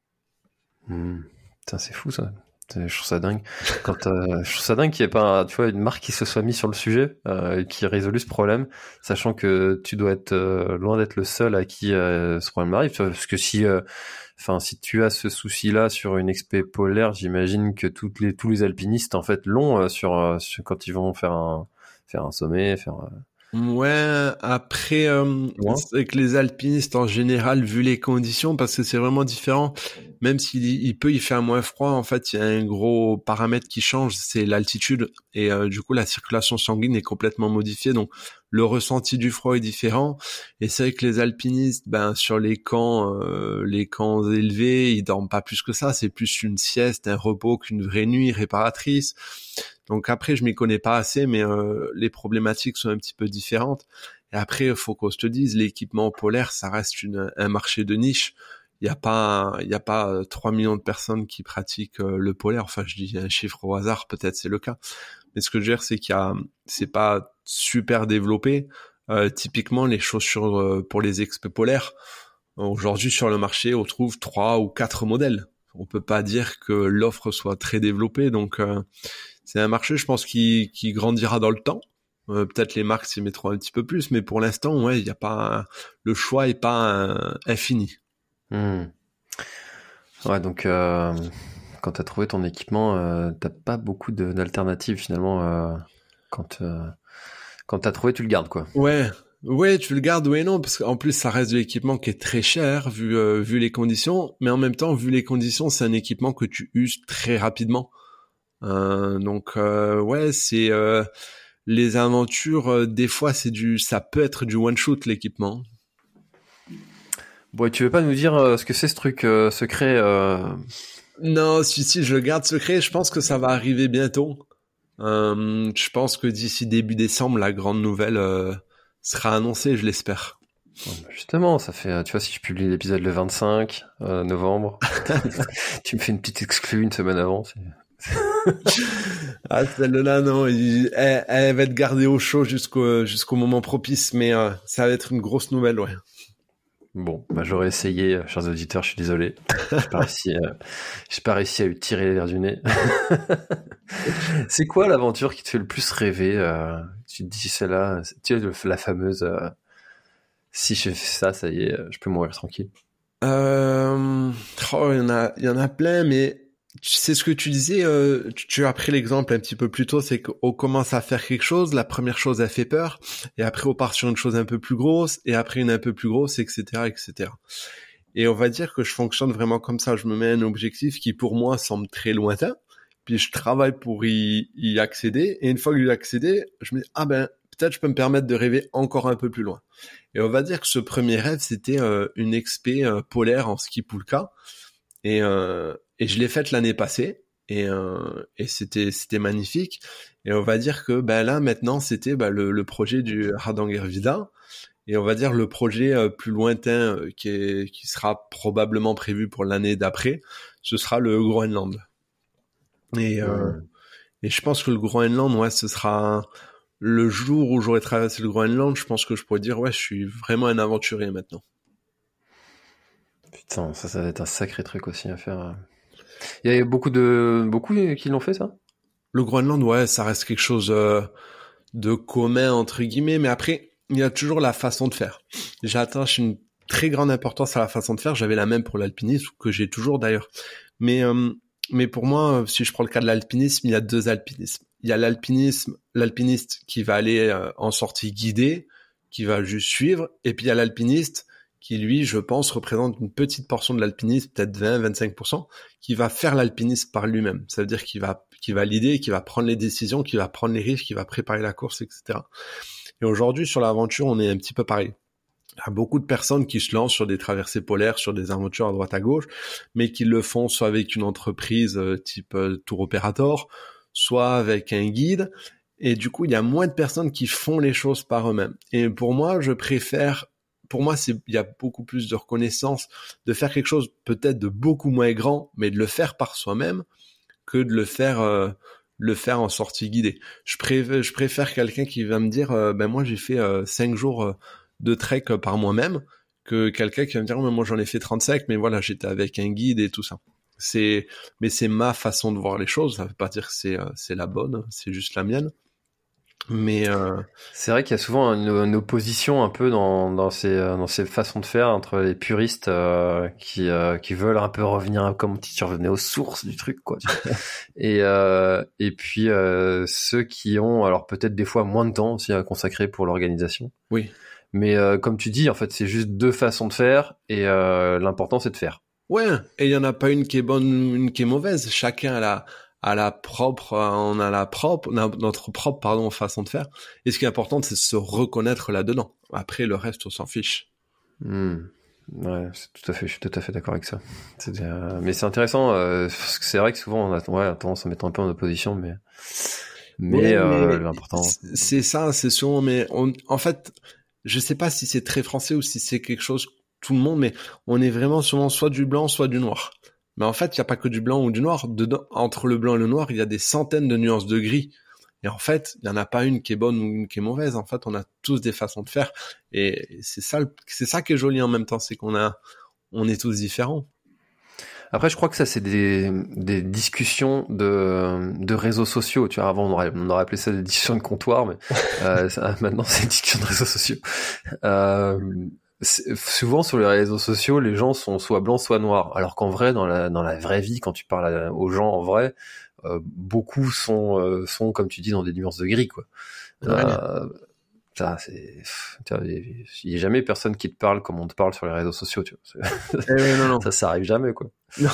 Hmm. Putain, c'est fou ça. C'est- Je trouve ça dingue. Quand euh, je trouve ça dingue qu'il n'y ait pas, tu vois, une marque qui se soit mise sur le sujet, euh, et qui ait résolu ce problème, sachant que tu dois être euh, loin d'être le seul à qui euh, ce problème arrive. Tu vois, parce que si, euh, enfin, si tu as ce souci-là sur une expé polaire, j'imagine que toutes les tous les alpinistes en fait l'ont euh, sur, euh, sur quand ils vont faire un faire un sommet, faire. Euh, Ouais, après, euh, loin. c'est que les alpinistes en général, vu les conditions, parce que c'est vraiment différent, même s'il y- il peut y faire moins froid, en fait, il y a un gros paramètre qui change, c'est l'altitude, et euh, du coup, la circulation sanguine est complètement modifiée, donc le ressenti du froid est différent, et c'est vrai que les alpinistes, ben, sur les camps, euh, les camps élevés, ils dorment pas plus que ça, c'est plus une sieste, un repos qu'une vraie nuit réparatrice. Donc après, je m'y connais pas assez, mais euh, les problématiques sont un petit peu différentes. Et après, il faut qu'on se te dise, l'équipement polaire, ça reste une, un marché de niche. Il y a pas, il y a pas euh, trois millions de personnes qui pratiquent euh, le polaire. Enfin, je dis un chiffre au hasard, peut-être c'est le cas. Mais ce que je veux dire, c'est qu'il y a, c'est pas super développé. Euh, typiquement, les chaussures euh, pour les expés polaires, aujourd'hui sur le marché, on trouve trois ou quatre modèles. On peut pas dire que l'offre soit très développée, donc euh, c'est un marché, je pense, qui, qui grandira dans le temps. Euh, peut-être les marques s'y mettront un petit peu plus, mais pour l'instant, ouais, il y a pas le choix est pas euh, infini. Hmm. Ouais, donc euh, quand t'as trouvé ton équipement, euh, t'as pas beaucoup de, d'alternatives finalement. Euh, quand euh, quand t'as trouvé, tu le gardes quoi. Ouais, ouais, tu le gardes, ouais, non, parce qu'en plus, ça reste de l'équipement qui est très cher vu euh, vu les conditions, mais en même temps, vu les conditions, c'est un équipement que tu uses très rapidement. Euh, donc euh, ouais, c'est euh, les aventures. Euh, des fois, c'est du, ça peut être du one shoot l'équipement. Bon, et tu veux pas nous dire euh, ce que c'est ce truc euh, secret euh... Non, si si, je le garde secret. Je pense que ça va arriver bientôt. Euh, je pense que d'ici début décembre, la grande nouvelle euh, sera annoncée, je l'espère. Bon, bah, justement, ça fait, euh, tu vois, si je publie l'épisode le vingt-cinq euh, novembre, tu me fais une petite exclue une semaine avant. C'est... Ah, celle-là, non, il- elle, elle va être gardée au chaud jusqu'au jusqu'au moment propice, mais euh, ça va être une grosse nouvelle, ouais. Bon, bah j'aurais essayé, euh, chers auditeurs, je suis désolé. J'ai pas réussi, euh, j'ai pas réussi à lui tirer l'air du nez. C'est quoi l'aventure qui te fait le plus rêver euh, Tu te dis celle-là, tu sais, la fameuse euh, si je fais ça, ça y est, euh, je peux mourir tranquille. Euh, oh, il y en a, il y en a plein, mais c'est ce que tu disais. Euh, tu, tu as pris l'exemple un petit peu plus tôt, c'est qu'on commence à faire quelque chose. La première chose, elle fait peur, et après on part sur une chose un peu plus grosse, et après une un peu plus grosse, et cetera, et cetera. Et on va dire que je fonctionne vraiment comme ça. Je me mets un objectif qui, pour moi, semble très lointain, puis je travaille pour y, y accéder. Et une fois que j'y ai accédé, je me dis ah ben peut-être je peux me permettre de rêver encore un peu plus loin. Et on va dire que ce premier rêve, c'était euh, une expé euh, polaire en ski Pulka. Et, euh, et je l'ai faite l'année passée. Et, euh, et c'était c'était magnifique. Et on va dire que ben là, maintenant, c'était ben, le, le projet du Hardangervidda. Et on va dire le projet euh, plus lointain euh, qui, est, qui sera probablement prévu pour l'année d'après, ce sera le Groenland. Et, euh, Ouais. et je pense que le Groenland, ouais, ce sera... Le jour où j'aurai traversé le Groenland, je pense que je pourrais dire, ouais, je suis vraiment un aventurier maintenant. Putain, ça, ça va être un sacré truc aussi à faire. Il y a beaucoup de beaucoup qui l'ont fait ça. Le Groenland, ouais, ça reste quelque chose euh, de commun, entre guillemets, mais après, il y a toujours la façon de faire. J'attache une très grande importance à la façon de faire. J'avais la même pour l'alpinisme, que j'ai toujours d'ailleurs. Mais euh, mais pour moi, si je prends le cas de l'alpinisme, il y a deux alpinismes. Il y a l'alpinisme, l'alpiniste qui va aller euh, en sortie guidée, qui va juste suivre, et puis il y a l'alpiniste qui, lui, je pense, représente une petite portion de l'alpinisme, peut-être vingt à vingt-cinq pour cent, qui va faire l'alpinisme par lui-même. Ça veut dire qu'il va, qu'il va l'idée, qu'il va prendre les décisions, qu'il va prendre les risques, qu'il va préparer la course, et cetera. Et aujourd'hui, sur l'aventure, on est un petit peu pareil. Il y a beaucoup de personnes qui se lancent sur des traversées polaires, sur des aventures à droite à gauche, mais qui le font soit avec une entreprise euh, type euh, tour opérateur, soit avec un guide. Et du coup, il y a moins de personnes qui font les choses par eux-mêmes. Et pour moi, je préfère, pour moi, c'est, il y a beaucoup plus de reconnaissance de faire quelque chose peut-être de beaucoup moins grand, mais de le faire par soi-même, que de le faire, euh, le faire en sortie guidée. Je préfère, je préfère quelqu'un qui va me dire, euh, ben moi, j'ai fait euh, cinq jours euh, de trek par moi-même, que quelqu'un qui va me dire, oh, mais moi, j'en ai fait trente-cinq, mais voilà, j'étais avec un guide et tout ça. C'est, mais c'est ma façon de voir les choses. Ça veut pas dire que c'est, euh, c'est la bonne, c'est juste la mienne. Mais euh... c'est vrai qu'il y a souvent une, une opposition un peu dans, dans ces dans ces façons de faire entre les puristes euh, qui euh, qui veulent un peu revenir comme si tu revenais aux sources du truc quoi. et euh, et puis euh, ceux qui ont alors peut-être des fois moins de temps aussi à consacrer pour l'organisation. Oui. Mais euh, comme tu dis en fait c'est juste deux façons de faire et euh, l'important c'est de faire. Ouais. Et il y en a pas une qui est bonne, une qui est mauvaise. Chacun a la à la propre, on a la propre, on a notre propre, pardon, façon de faire. Et ce qui est important, c'est de se reconnaître là-dedans. Après, le reste, on s'en fiche. Mmh. Ouais, c'est tout à fait, je suis tout à fait d'accord avec ça. C'est, euh, mais c'est intéressant, euh, parce que c'est vrai que souvent, on a, ouais, tendance à mettre un peu en opposition, mais, mais, ouais, euh, mais l'important. C'est, c'est ça, c'est souvent, mais on, en fait, je sais pas si c'est très français ou si c'est quelque chose, tout le monde, mais on est vraiment souvent soit du blanc, soit du noir. Mais en fait, il n'y a pas que du blanc ou du noir. Dedans, entre le blanc et le noir, il y a des centaines de nuances de gris. Et en fait, il n'y en a pas une qui est bonne ou une qui est mauvaise. En fait, on a tous des façons de faire. Et c'est ça, c'est ça qui est joli en même temps, c'est qu'on a, on est tous différents. Après, je crois que ça, c'est des, des discussions de, de réseaux sociaux. Tu vois, avant, on aurait, on aurait appelé ça des discussions de comptoir, mais euh, ça, maintenant, c'est des discussions de réseaux sociaux. Euh, souvent sur les réseaux sociaux, les gens sont soit blancs, soit noirs. Alors qu'en vrai, dans la dans la vraie vie, quand tu parles à, aux gens en vrai, euh, beaucoup sont euh, sont comme tu dis dans des nuances de gris, quoi. Ouais. Euh, ça, c'est, il y a jamais personne qui te parle comme on te parle sur les réseaux sociaux, tu vois. Eh non, non. Ça, ça arrive jamais, quoi. Non.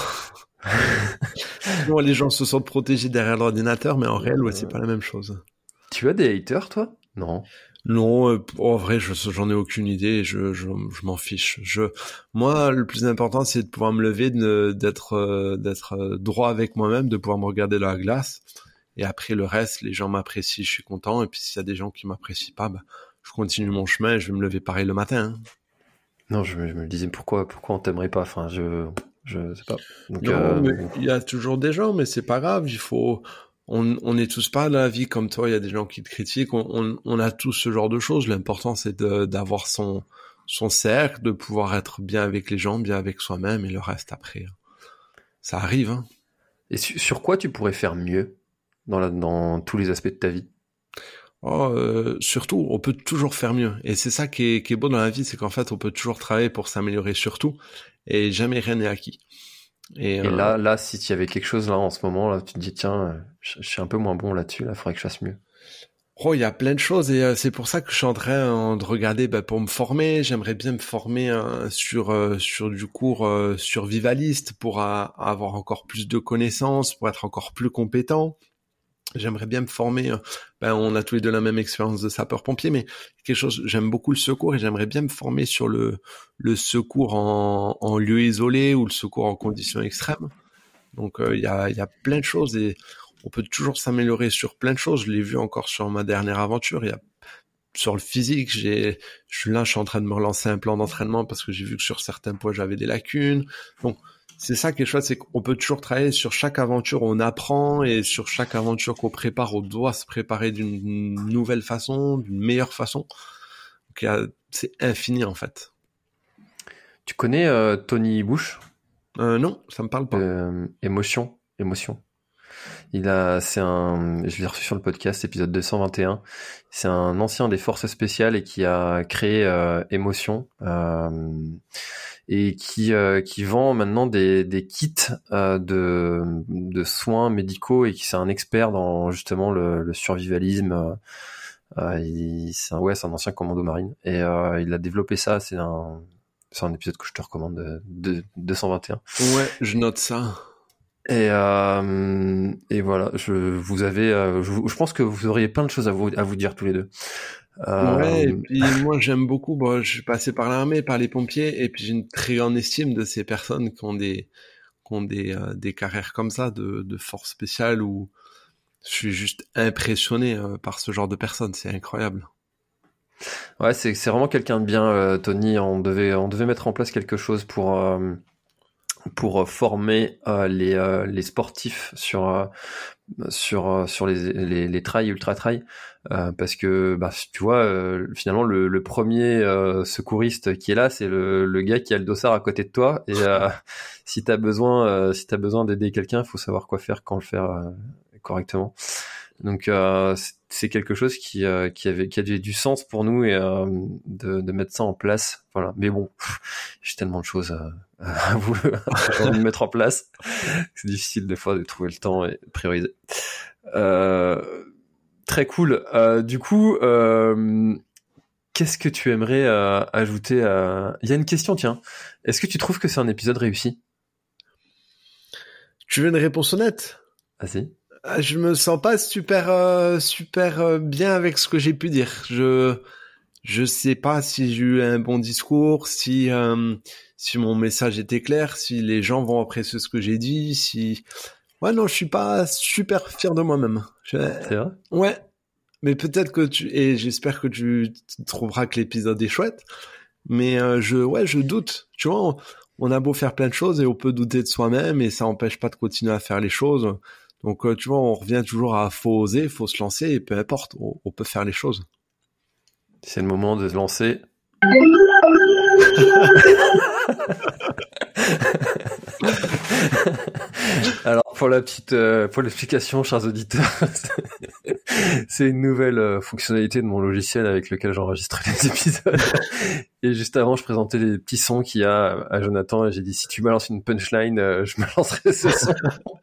Non, les gens se sentent protégés derrière l'ordinateur, mais en réel, ouais, c'est pas la même chose. Tu as des haters, toi? Non. Non, euh, en vrai, je, j'en ai aucune idée. Je, je, je m'en fiche. Je, moi, le plus important, c'est de pouvoir me lever, de, d'être, euh, d'être droit avec moi-même, de pouvoir me regarder dans la glace. Et après, le reste, les gens m'apprécient, je suis content. Et puis, s'il y a des gens qui m'apprécient pas, bah, je continue mon chemin et je vais me lever pareil le matin. Hein. Non, je, je me disais pourquoi, pourquoi on t'aimerait pas. Enfin, je, je sais pas. Donc, non, euh... mais il y a toujours des gens, mais c'est pas grave. Il faut. On, on est tous pas dans la vie comme toi, il y a des gens qui te critiquent, on, on, on a tous ce genre de choses. L'important, c'est de, d'avoir son, son cercle, de pouvoir être bien avec les gens, bien avec soi-même, et le reste après. Ça arrive, hein. Et su, sur quoi tu pourrais faire mieux dans, la, dans tous les aspects de ta vie? Oh, euh, surtout, on peut toujours faire mieux. Et c'est ça qui est, qui est beau dans la vie, c'est qu'en fait, on peut toujours travailler pour s'améliorer surtout, et jamais rien n'est acquis. Et, et euh... là, là, si tu y avait quelque chose là en ce moment, là, tu te dis tiens, je, je suis un peu moins bon là-dessus, là, il faudrait que je fasse mieux. Oh, il y a plein de choses et euh, c'est pour ça que je suis en train euh, de regarder bah, pour me former. J'aimerais bien me former euh, sur euh, sur du cours euh, survivaliste pour euh, avoir encore plus de connaissances, pour être encore plus compétent. J'aimerais bien me former. Euh, ben, on a tous les deux la même expérience de sapeur-pompier, mais quelque chose. J'aime beaucoup le secours et j'aimerais bien me former sur le le secours en, en lieu isolé ou le secours en conditions extrêmes. Donc il euh, y a il y a plein de choses et on peut toujours s'améliorer sur plein de choses. Je l'ai vu encore sur ma dernière aventure. Il y a sur le physique, j'ai je là je suis en train de me relancer un plan d'entraînement parce que j'ai vu que sur certains points j'avais des lacunes. Donc c'est ça qui est chouette, c'est qu'on peut toujours travailler sur chaque aventure, on apprend et sur chaque aventure qu'on prépare, on doit se préparer d'une nouvelle façon, d'une meilleure façon. Donc a, c'est infini en fait. Tu connais euh, Tony Bush? Euh, non, ça me parle pas. Euh, émotion, émotion. Il a, c'est un, je l'ai reçu sur le podcast, épisode deux cent vingt et un. C'est un ancien des forces spéciales et qui a créé euh, Émotion euh, et qui euh, qui vend maintenant des des kits euh, de de soins médicaux et qui c'est un expert dans justement le, le survivalisme. Euh, euh, il, c'est un ouais, c'est un ancien commando marine et euh, il a développé ça. C'est un c'est un épisode que je te recommande de, de deux cent vingt et un. Ouais, je note ça. Et euh, et voilà, je vous avez, euh, je, je pense que vous auriez plein de choses à vous à vous dire tous les deux. Euh, Ouais, et puis moi j'aime beaucoup, bon, je suis passé par l'armée, par les pompiers, et puis j'ai une très grande estime de ces personnes qui ont des qui ont des euh, des carrières comme ça de de force spéciale où je suis juste impressionné euh, par ce genre de personnes, c'est incroyable. Ouais, c'est c'est vraiment quelqu'un de bien, euh, Tony. On devait on devait mettre en place quelque chose pour euh, pour former euh, les euh, les sportifs sur euh, sur euh, sur les les, les trails ultra trails euh, parce que bah tu vois euh, finalement le, le premier euh, secouriste qui est là c'est le, le gars qui a le dossard à côté de toi et euh, si t'as besoin euh, si t'as besoin d'aider quelqu'un, il faut savoir quoi faire, quand le faire euh, correctement. Donc euh, c'est quelque chose qui euh, qui avait qui avait du sens pour nous et euh, de de mettre ça en place. Voilà. Mais bon, j'ai tellement de choses à, à vous à vous mettre en place. C'est difficile des fois de trouver le temps et de prioriser. Euh, très cool. Euh, du coup, euh, qu'est-ce que tu aimerais euh, ajouter à... Il y a une question, tiens. Est-ce que tu trouves que c'est un épisode réussi? Tu veux une réponse honnête? Ah si. Je me sens pas super euh, super euh, bien avec ce que j'ai pu dire. Je je sais pas si j'ai eu un bon discours, si euh, si mon message était clair, si les gens vont apprécier ce que j'ai dit, si ouais non, je suis pas super fier de moi-même. Je... C'est vrai? Ouais. Mais peut-être que tu et j'espère que tu trouveras que l'épisode est chouette. Mais euh, je ouais, je doute. Tu vois, on, on a beau faire plein de choses et on peut douter de soi-même et ça empêche pas de continuer à faire les choses. Donc, euh, tu vois, on revient toujours à faut oser, faut se lancer, et peu importe, on, on peut faire les choses. C'est le moment de se lancer. Alors, pour la petite, euh, pour l'explication, chers auditeurs, c'est une nouvelle euh, fonctionnalité de mon logiciel avec lequel j'enregistre les épisodes. Et juste avant, je présentais les petits sons qu'il y a à Jonathan et j'ai dit, si tu balances une punchline, euh, je me lancerai ce son.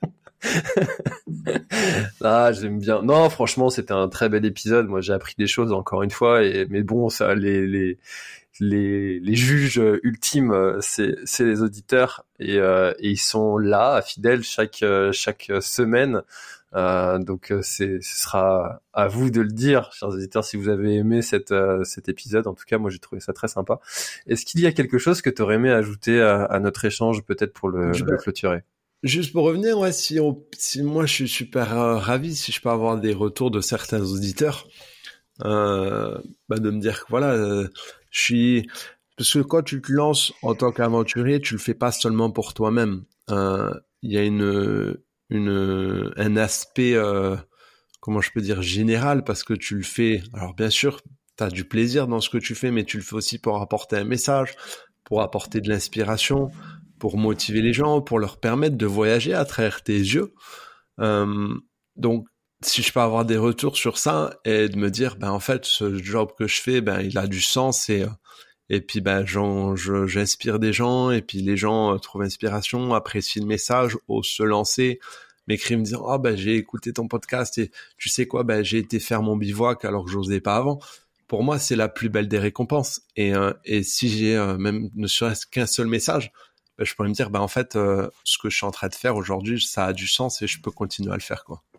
Ah, j'aime bien. Non, franchement, c'était un très bel épisode. Moi, j'ai appris des choses encore une fois. Et mais bon, ça, les les les les juges ultimes, c'est c'est les auditeurs et euh, et ils sont là, fidèles chaque chaque semaine. Euh, donc c'est ce sera à vous de le dire, chers auditeurs, si vous avez aimé cette euh, cet épisode. En tout cas, moi, j'ai trouvé ça très sympa. Est-ce qu'il y a quelque chose que tu aurais aimé ajouter à, à notre échange, peut-être pour le, le clôturer? Juste pour revenir, ouais, si, on, si moi je suis super euh, ravi si je peux avoir des retours de certains auditeurs, euh, bah de me dire que voilà, euh, je suis parce que quand tu te lances en tant qu'aventurier, tu le fais pas seulement pour toi-même. Il euh, y a une une un aspect euh, comment je peux dire général parce que tu le fais. Alors bien sûr, t'as du plaisir dans ce que tu fais, mais tu le fais aussi pour apporter un message, pour apporter de l'inspiration, pour motiver les gens, pour leur permettre de voyager à travers tes yeux. Euh, donc, si je peux avoir des retours sur ça et de me dire, ben en fait, ce job que je fais, ben il a du sens et et puis ben j'en, je, j'inspire des gens et puis les gens trouvent inspiration, apprécient le message, osent se lancer, m'écrivent me disant, ah oh, ben j'ai écouté ton podcast et tu sais quoi, ben j'ai été faire mon bivouac alors que j'osais pas avant. Pour moi, c'est la plus belle des récompenses. Et euh, et si j'ai euh, même ne serait-ce qu'un seul message, je pourrais me dire, bah en fait, euh, ce que je suis en train de faire aujourd'hui, ça a du sens et je peux continuer à le faire, quoi.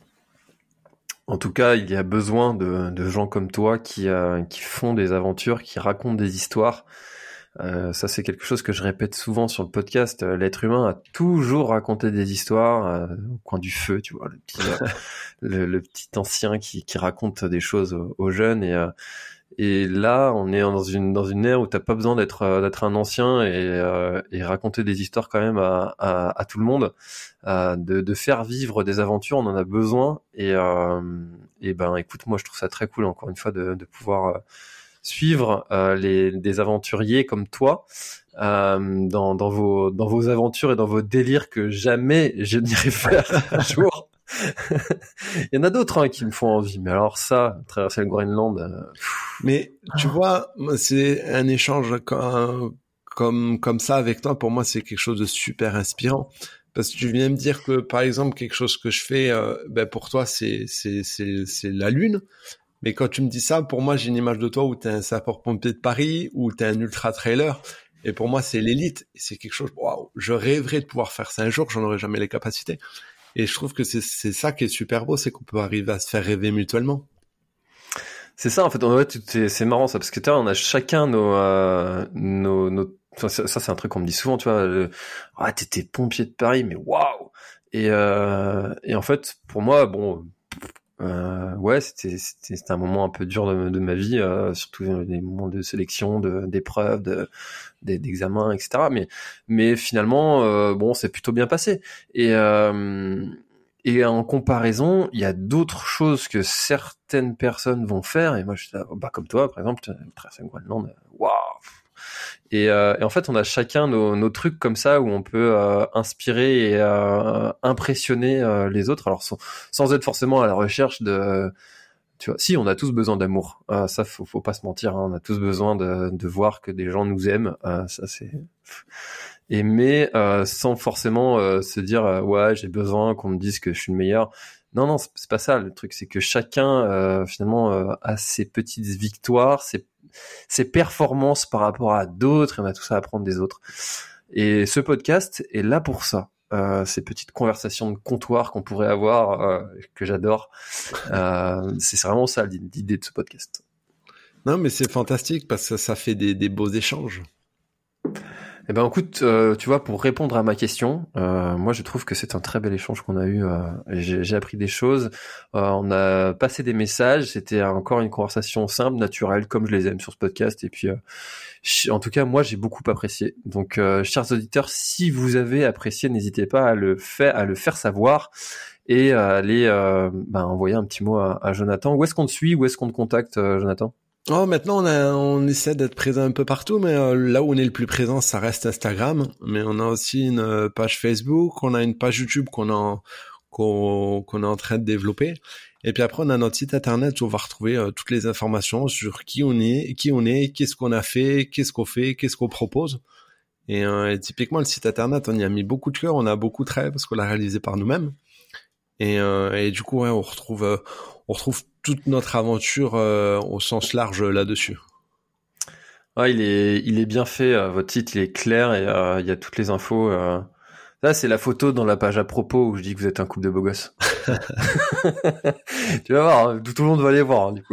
En tout cas, il y a besoin de, de gens comme toi qui, euh, qui font des aventures, qui racontent des histoires. Euh, ça, c'est quelque chose que je répète souvent sur le podcast. L'être humain a toujours raconté des histoires euh, au coin du feu, tu vois, le petit, euh, le, le petit ancien qui, qui raconte des choses aux, aux jeunes et euh, Et là, on est dans une dans une ère où t'as pas besoin d'être d'être un ancien et euh, et raconter des histoires quand même à à, à tout le monde, euh, de de faire vivre des aventures, on en a besoin et euh, et ben écoute, moi je trouve ça très cool encore une fois de de pouvoir suivre euh, les des aventuriers comme toi euh, dans dans vos dans vos aventures et dans vos délires que jamais je n'irai faire un jour. Il y en a d'autres hein, qui me font envie, mais alors ça, traverser le Groenland. Euh... Mais tu vois, c'est un échange comme comme comme ça avec toi. Pour moi, c'est quelque chose de super inspirant. Parce que tu viens me dire que, par exemple, quelque chose que je fais, euh, ben pour toi, c'est c'est c'est c'est la lune. Mais quand tu me dis ça, pour moi, j'ai une image de toi où t'es un sapeur-pompier de Paris, où t'es un ultra-trailer. Et pour moi, c'est l'élite. Et c'est quelque chose, waouh, je rêverais de pouvoir faire ça un jour, j'en aurais jamais les capacités. Et je trouve que c'est c'est ça qui est super beau, c'est qu'on peut arriver à se faire rêver mutuellement. C'est ça, en fait. En fait, c'est, c'est marrant ça, parce que tu vois, on a chacun nos euh, nos nos Enfin, ça, ça c'est un truc qu'on me dit souvent, tu vois. Le... Ah, t'étais pompier de Paris, mais waouh. Et euh, et en fait, pour moi, bon, euh, ouais, c'était c'était c'était un moment un peu dur de, de ma vie, euh, surtout des moments de sélection, de d'épreuves, de d'examens, et cetera. Mais mais finalement, euh, bon, c'est plutôt bien passé. Et euh, et en comparaison, il y a d'autres choses que certaines personnes vont faire. Et moi, je suis là, bah comme toi, par exemple, traverser le Groenland, waouh. Et, euh, et en fait, on a chacun nos, nos trucs comme ça où on peut euh, inspirer et euh, impressionner euh, les autres. Alors sans, sans être forcément à la recherche de, tu vois, si on a tous besoin d'amour. Euh, ça, faut, faut pas se mentir. Hein, on a tous besoin de, de voir que des gens nous aiment. Euh, ça c'est. Et mais euh, sans forcément euh, se dire euh, ouais, j'ai besoin qu'on me dise que je suis le meilleur. Non, non, c'est, c'est pas ça. Le truc, c'est que chacun euh, finalement euh, a ses petites victoires, ses ses performances par rapport à d'autres, et on a tout ça à apprendre des autres. Et ce podcast est là pour ça. Euh, ces petites conversations de comptoir qu'on pourrait avoir, euh, que j'adore. Euh, c'est vraiment ça l'idée de ce podcast. Non, mais c'est fantastique parce que ça fait des, des beaux échanges. Eh ben, écoute, euh, tu vois, pour répondre à ma question, euh, moi, je trouve que c'est un très bel échange qu'on a eu. Euh, j'ai, j'ai appris des choses. Euh, on a passé des messages. C'était encore une conversation simple, naturelle, comme je les aime sur ce podcast. Et puis, euh, en tout cas, moi, j'ai beaucoup apprécié. Donc, euh, chers auditeurs, si vous avez apprécié, n'hésitez pas à le faire, à le faire savoir et à aller euh, ben, envoyer un petit mot à, à Jonathan. Où est-ce qu'on te suit? Où est-ce qu'on te contacte, euh, Jonathan? Oh, maintenant on a, on essaie d'être présent un peu partout, mais euh, là où on est le plus présent, ça reste Instagram. Mais on a aussi une euh, page Facebook, on a une page YouTube qu'on a, qu'on, qu'on est en train de développer. Et puis après, on a notre site internet où on va retrouver euh, toutes les informations sur qui on est, qui on est, qu'est-ce qu'on a fait, qu'est-ce qu'on fait, qu'est-ce qu'on propose. Et, euh, et typiquement, le site internet, on y a mis beaucoup de cœur, on a beaucoup de travail parce qu'on l'a réalisé par nous-mêmes. Et, euh, et du coup, ouais, on retrouve, euh, on retrouve toute notre aventure euh, au sens large là-dessus. Ouais, il est, il est bien fait. Euh, votre site, il est clair et euh, il y a toutes les infos. Euh... Là, c'est la photo dans la page à propos où je dis que vous êtes un couple de beaux gosses. Tu vas voir, hein, tout le monde va aller voir, hein, du coup.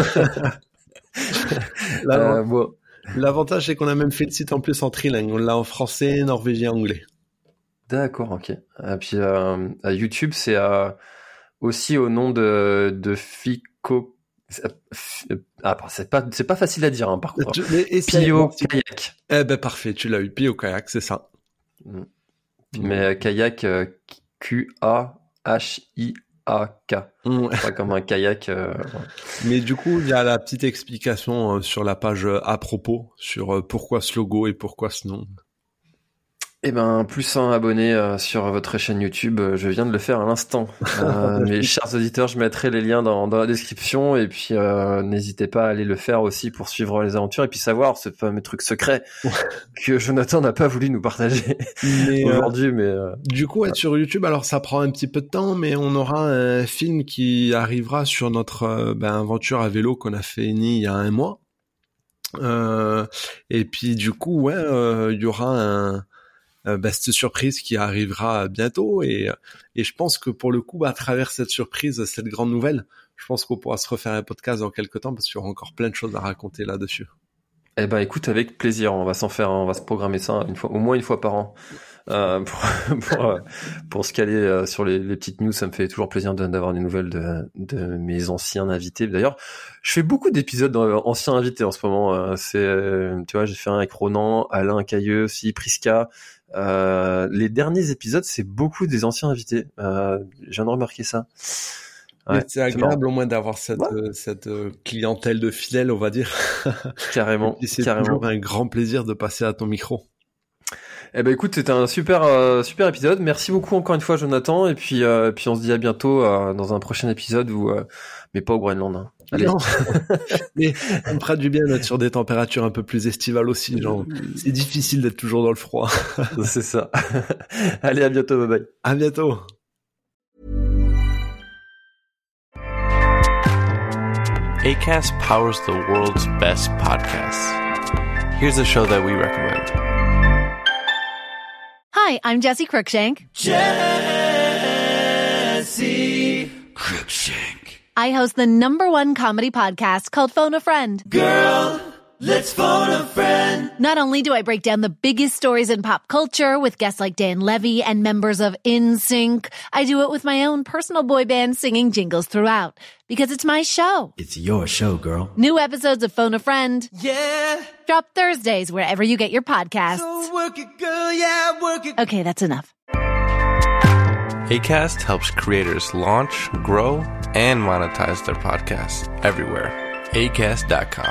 L'avant- euh, bon. L'avantage, c'est qu'on a même fait le site en plus en trilingue. On l'a en français, norvégien, anglais. D'accord, ok. Et puis euh, à YouTube, c'est euh, aussi au nom de de Fico. Ah, c'est pas c'est pas facile à dire, hein, par contre. Tu- mais essaye, Pio bon, si- Kayak. Eh ben parfait, tu l'as eu. Pio Kayak, c'est ça. Mais euh, kayak euh, Q A H I A K. Mm. Pas comme un kayak. Euh, ouais. Mais du coup, il y a la petite explication euh, sur la page euh, à propos sur euh, pourquoi ce logo et pourquoi ce nom. Eh ben, plus un abonné euh, sur votre chaîne YouTube, euh, je viens de le faire à l'instant. Euh, mes chers auditeurs, je mettrai les liens dans, dans la description et puis euh, n'hésitez pas à aller le faire aussi pour suivre les aventures et puis savoir ce fameux truc secret que Jonathan n'a pas voulu nous partager Mais, aujourd'hui. Mais euh, Du coup, être sur YouTube, alors ça prend un petit peu de temps, mais on aura un film qui arrivera sur notre euh, ben, aventure à vélo qu'on a fait il y a un mois. Euh, et puis du coup, ouais, euh, il y aura un Euh, bah, cette surprise qui arrivera bientôt et et je pense que pour le coup bah, à travers cette surprise, cette grande nouvelle, je pense qu'on pourra se refaire un podcast dans quelques temps parce qu'il y aura encore plein de choses à raconter là-dessus. eh ben, écoute, avec plaisir, on va s'en faire, on va se programmer ça une fois, au moins une fois par an. Euh, pour, pour, euh, pour se caler euh, sur les, les petites news, ça me fait toujours plaisir de, d'avoir des nouvelles de, de mes anciens invités. D'ailleurs, je fais beaucoup d'épisodes d'anciens invités en ce moment. Euh, c'est, euh, tu vois, j'ai fait un avec Ronan, Alain Cailleux, aussi Prisca. Euh, les derniers épisodes, c'est beaucoup des anciens invités. Euh, je viens de remarquer ça. Ouais, c'est agréable au moins d'avoir cette, ouais. euh, cette euh, clientèle de fidèles, on va dire. Carrément. Et c'est carrément. toujours un grand plaisir de passer à ton micro. Eh ben écoute, c'était un super euh, super épisode. Merci beaucoup encore une fois, Jonathan. Et puis euh, puis on se dit à bientôt euh, dans un prochain épisode où, euh, mais pas au Groenland. Hein. Allez. Non. Mais ça me fera du bien d'être sur des températures un peu plus estivales aussi. Genre, c'est difficile d'être toujours dans le froid. C'est ça. Allez, à bientôt. Bye bye. À bientôt. Acast powers the world's best podcasts. Here's a show that we recommend. Hi, I'm Jesse Cruikshank. Jesse Cruikshank. I host the number one comedy podcast called Phone a Friend. Girl, let's phone a friend. Not only do I break down the biggest stories in pop culture with guests like Dan Levy and members of N Sync, I do it with my own personal boy band singing jingles throughout. Because it's my show. It's your show, girl. New episodes of Phone a Friend. Yeah. Drop Thursdays wherever you get your podcasts. So work it, girl, yeah, work it. Okay, that's enough. Acast helps creators launch, grow, and monetize their podcasts everywhere. Acast dot com.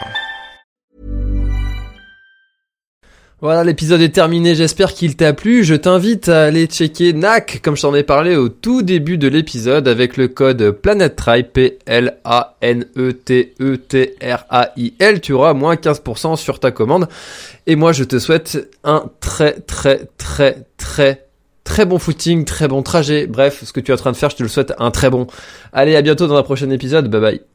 Voilà, l'épisode est terminé, j'espère qu'il t'a plu. Je t'invite à aller checker N A C, comme je t'en ai parlé au tout début de l'épisode, avec le code PlanetTrail, P L A N E T E T R A I L. Tu auras moins quinze pour cent sur ta commande. Et moi, je te souhaite un très, très, très, très, très bon footing, très bon trajet. Bref, ce que tu es en train de faire, je te le souhaite un très bon. Allez, à bientôt dans un prochain épisode. Bye bye.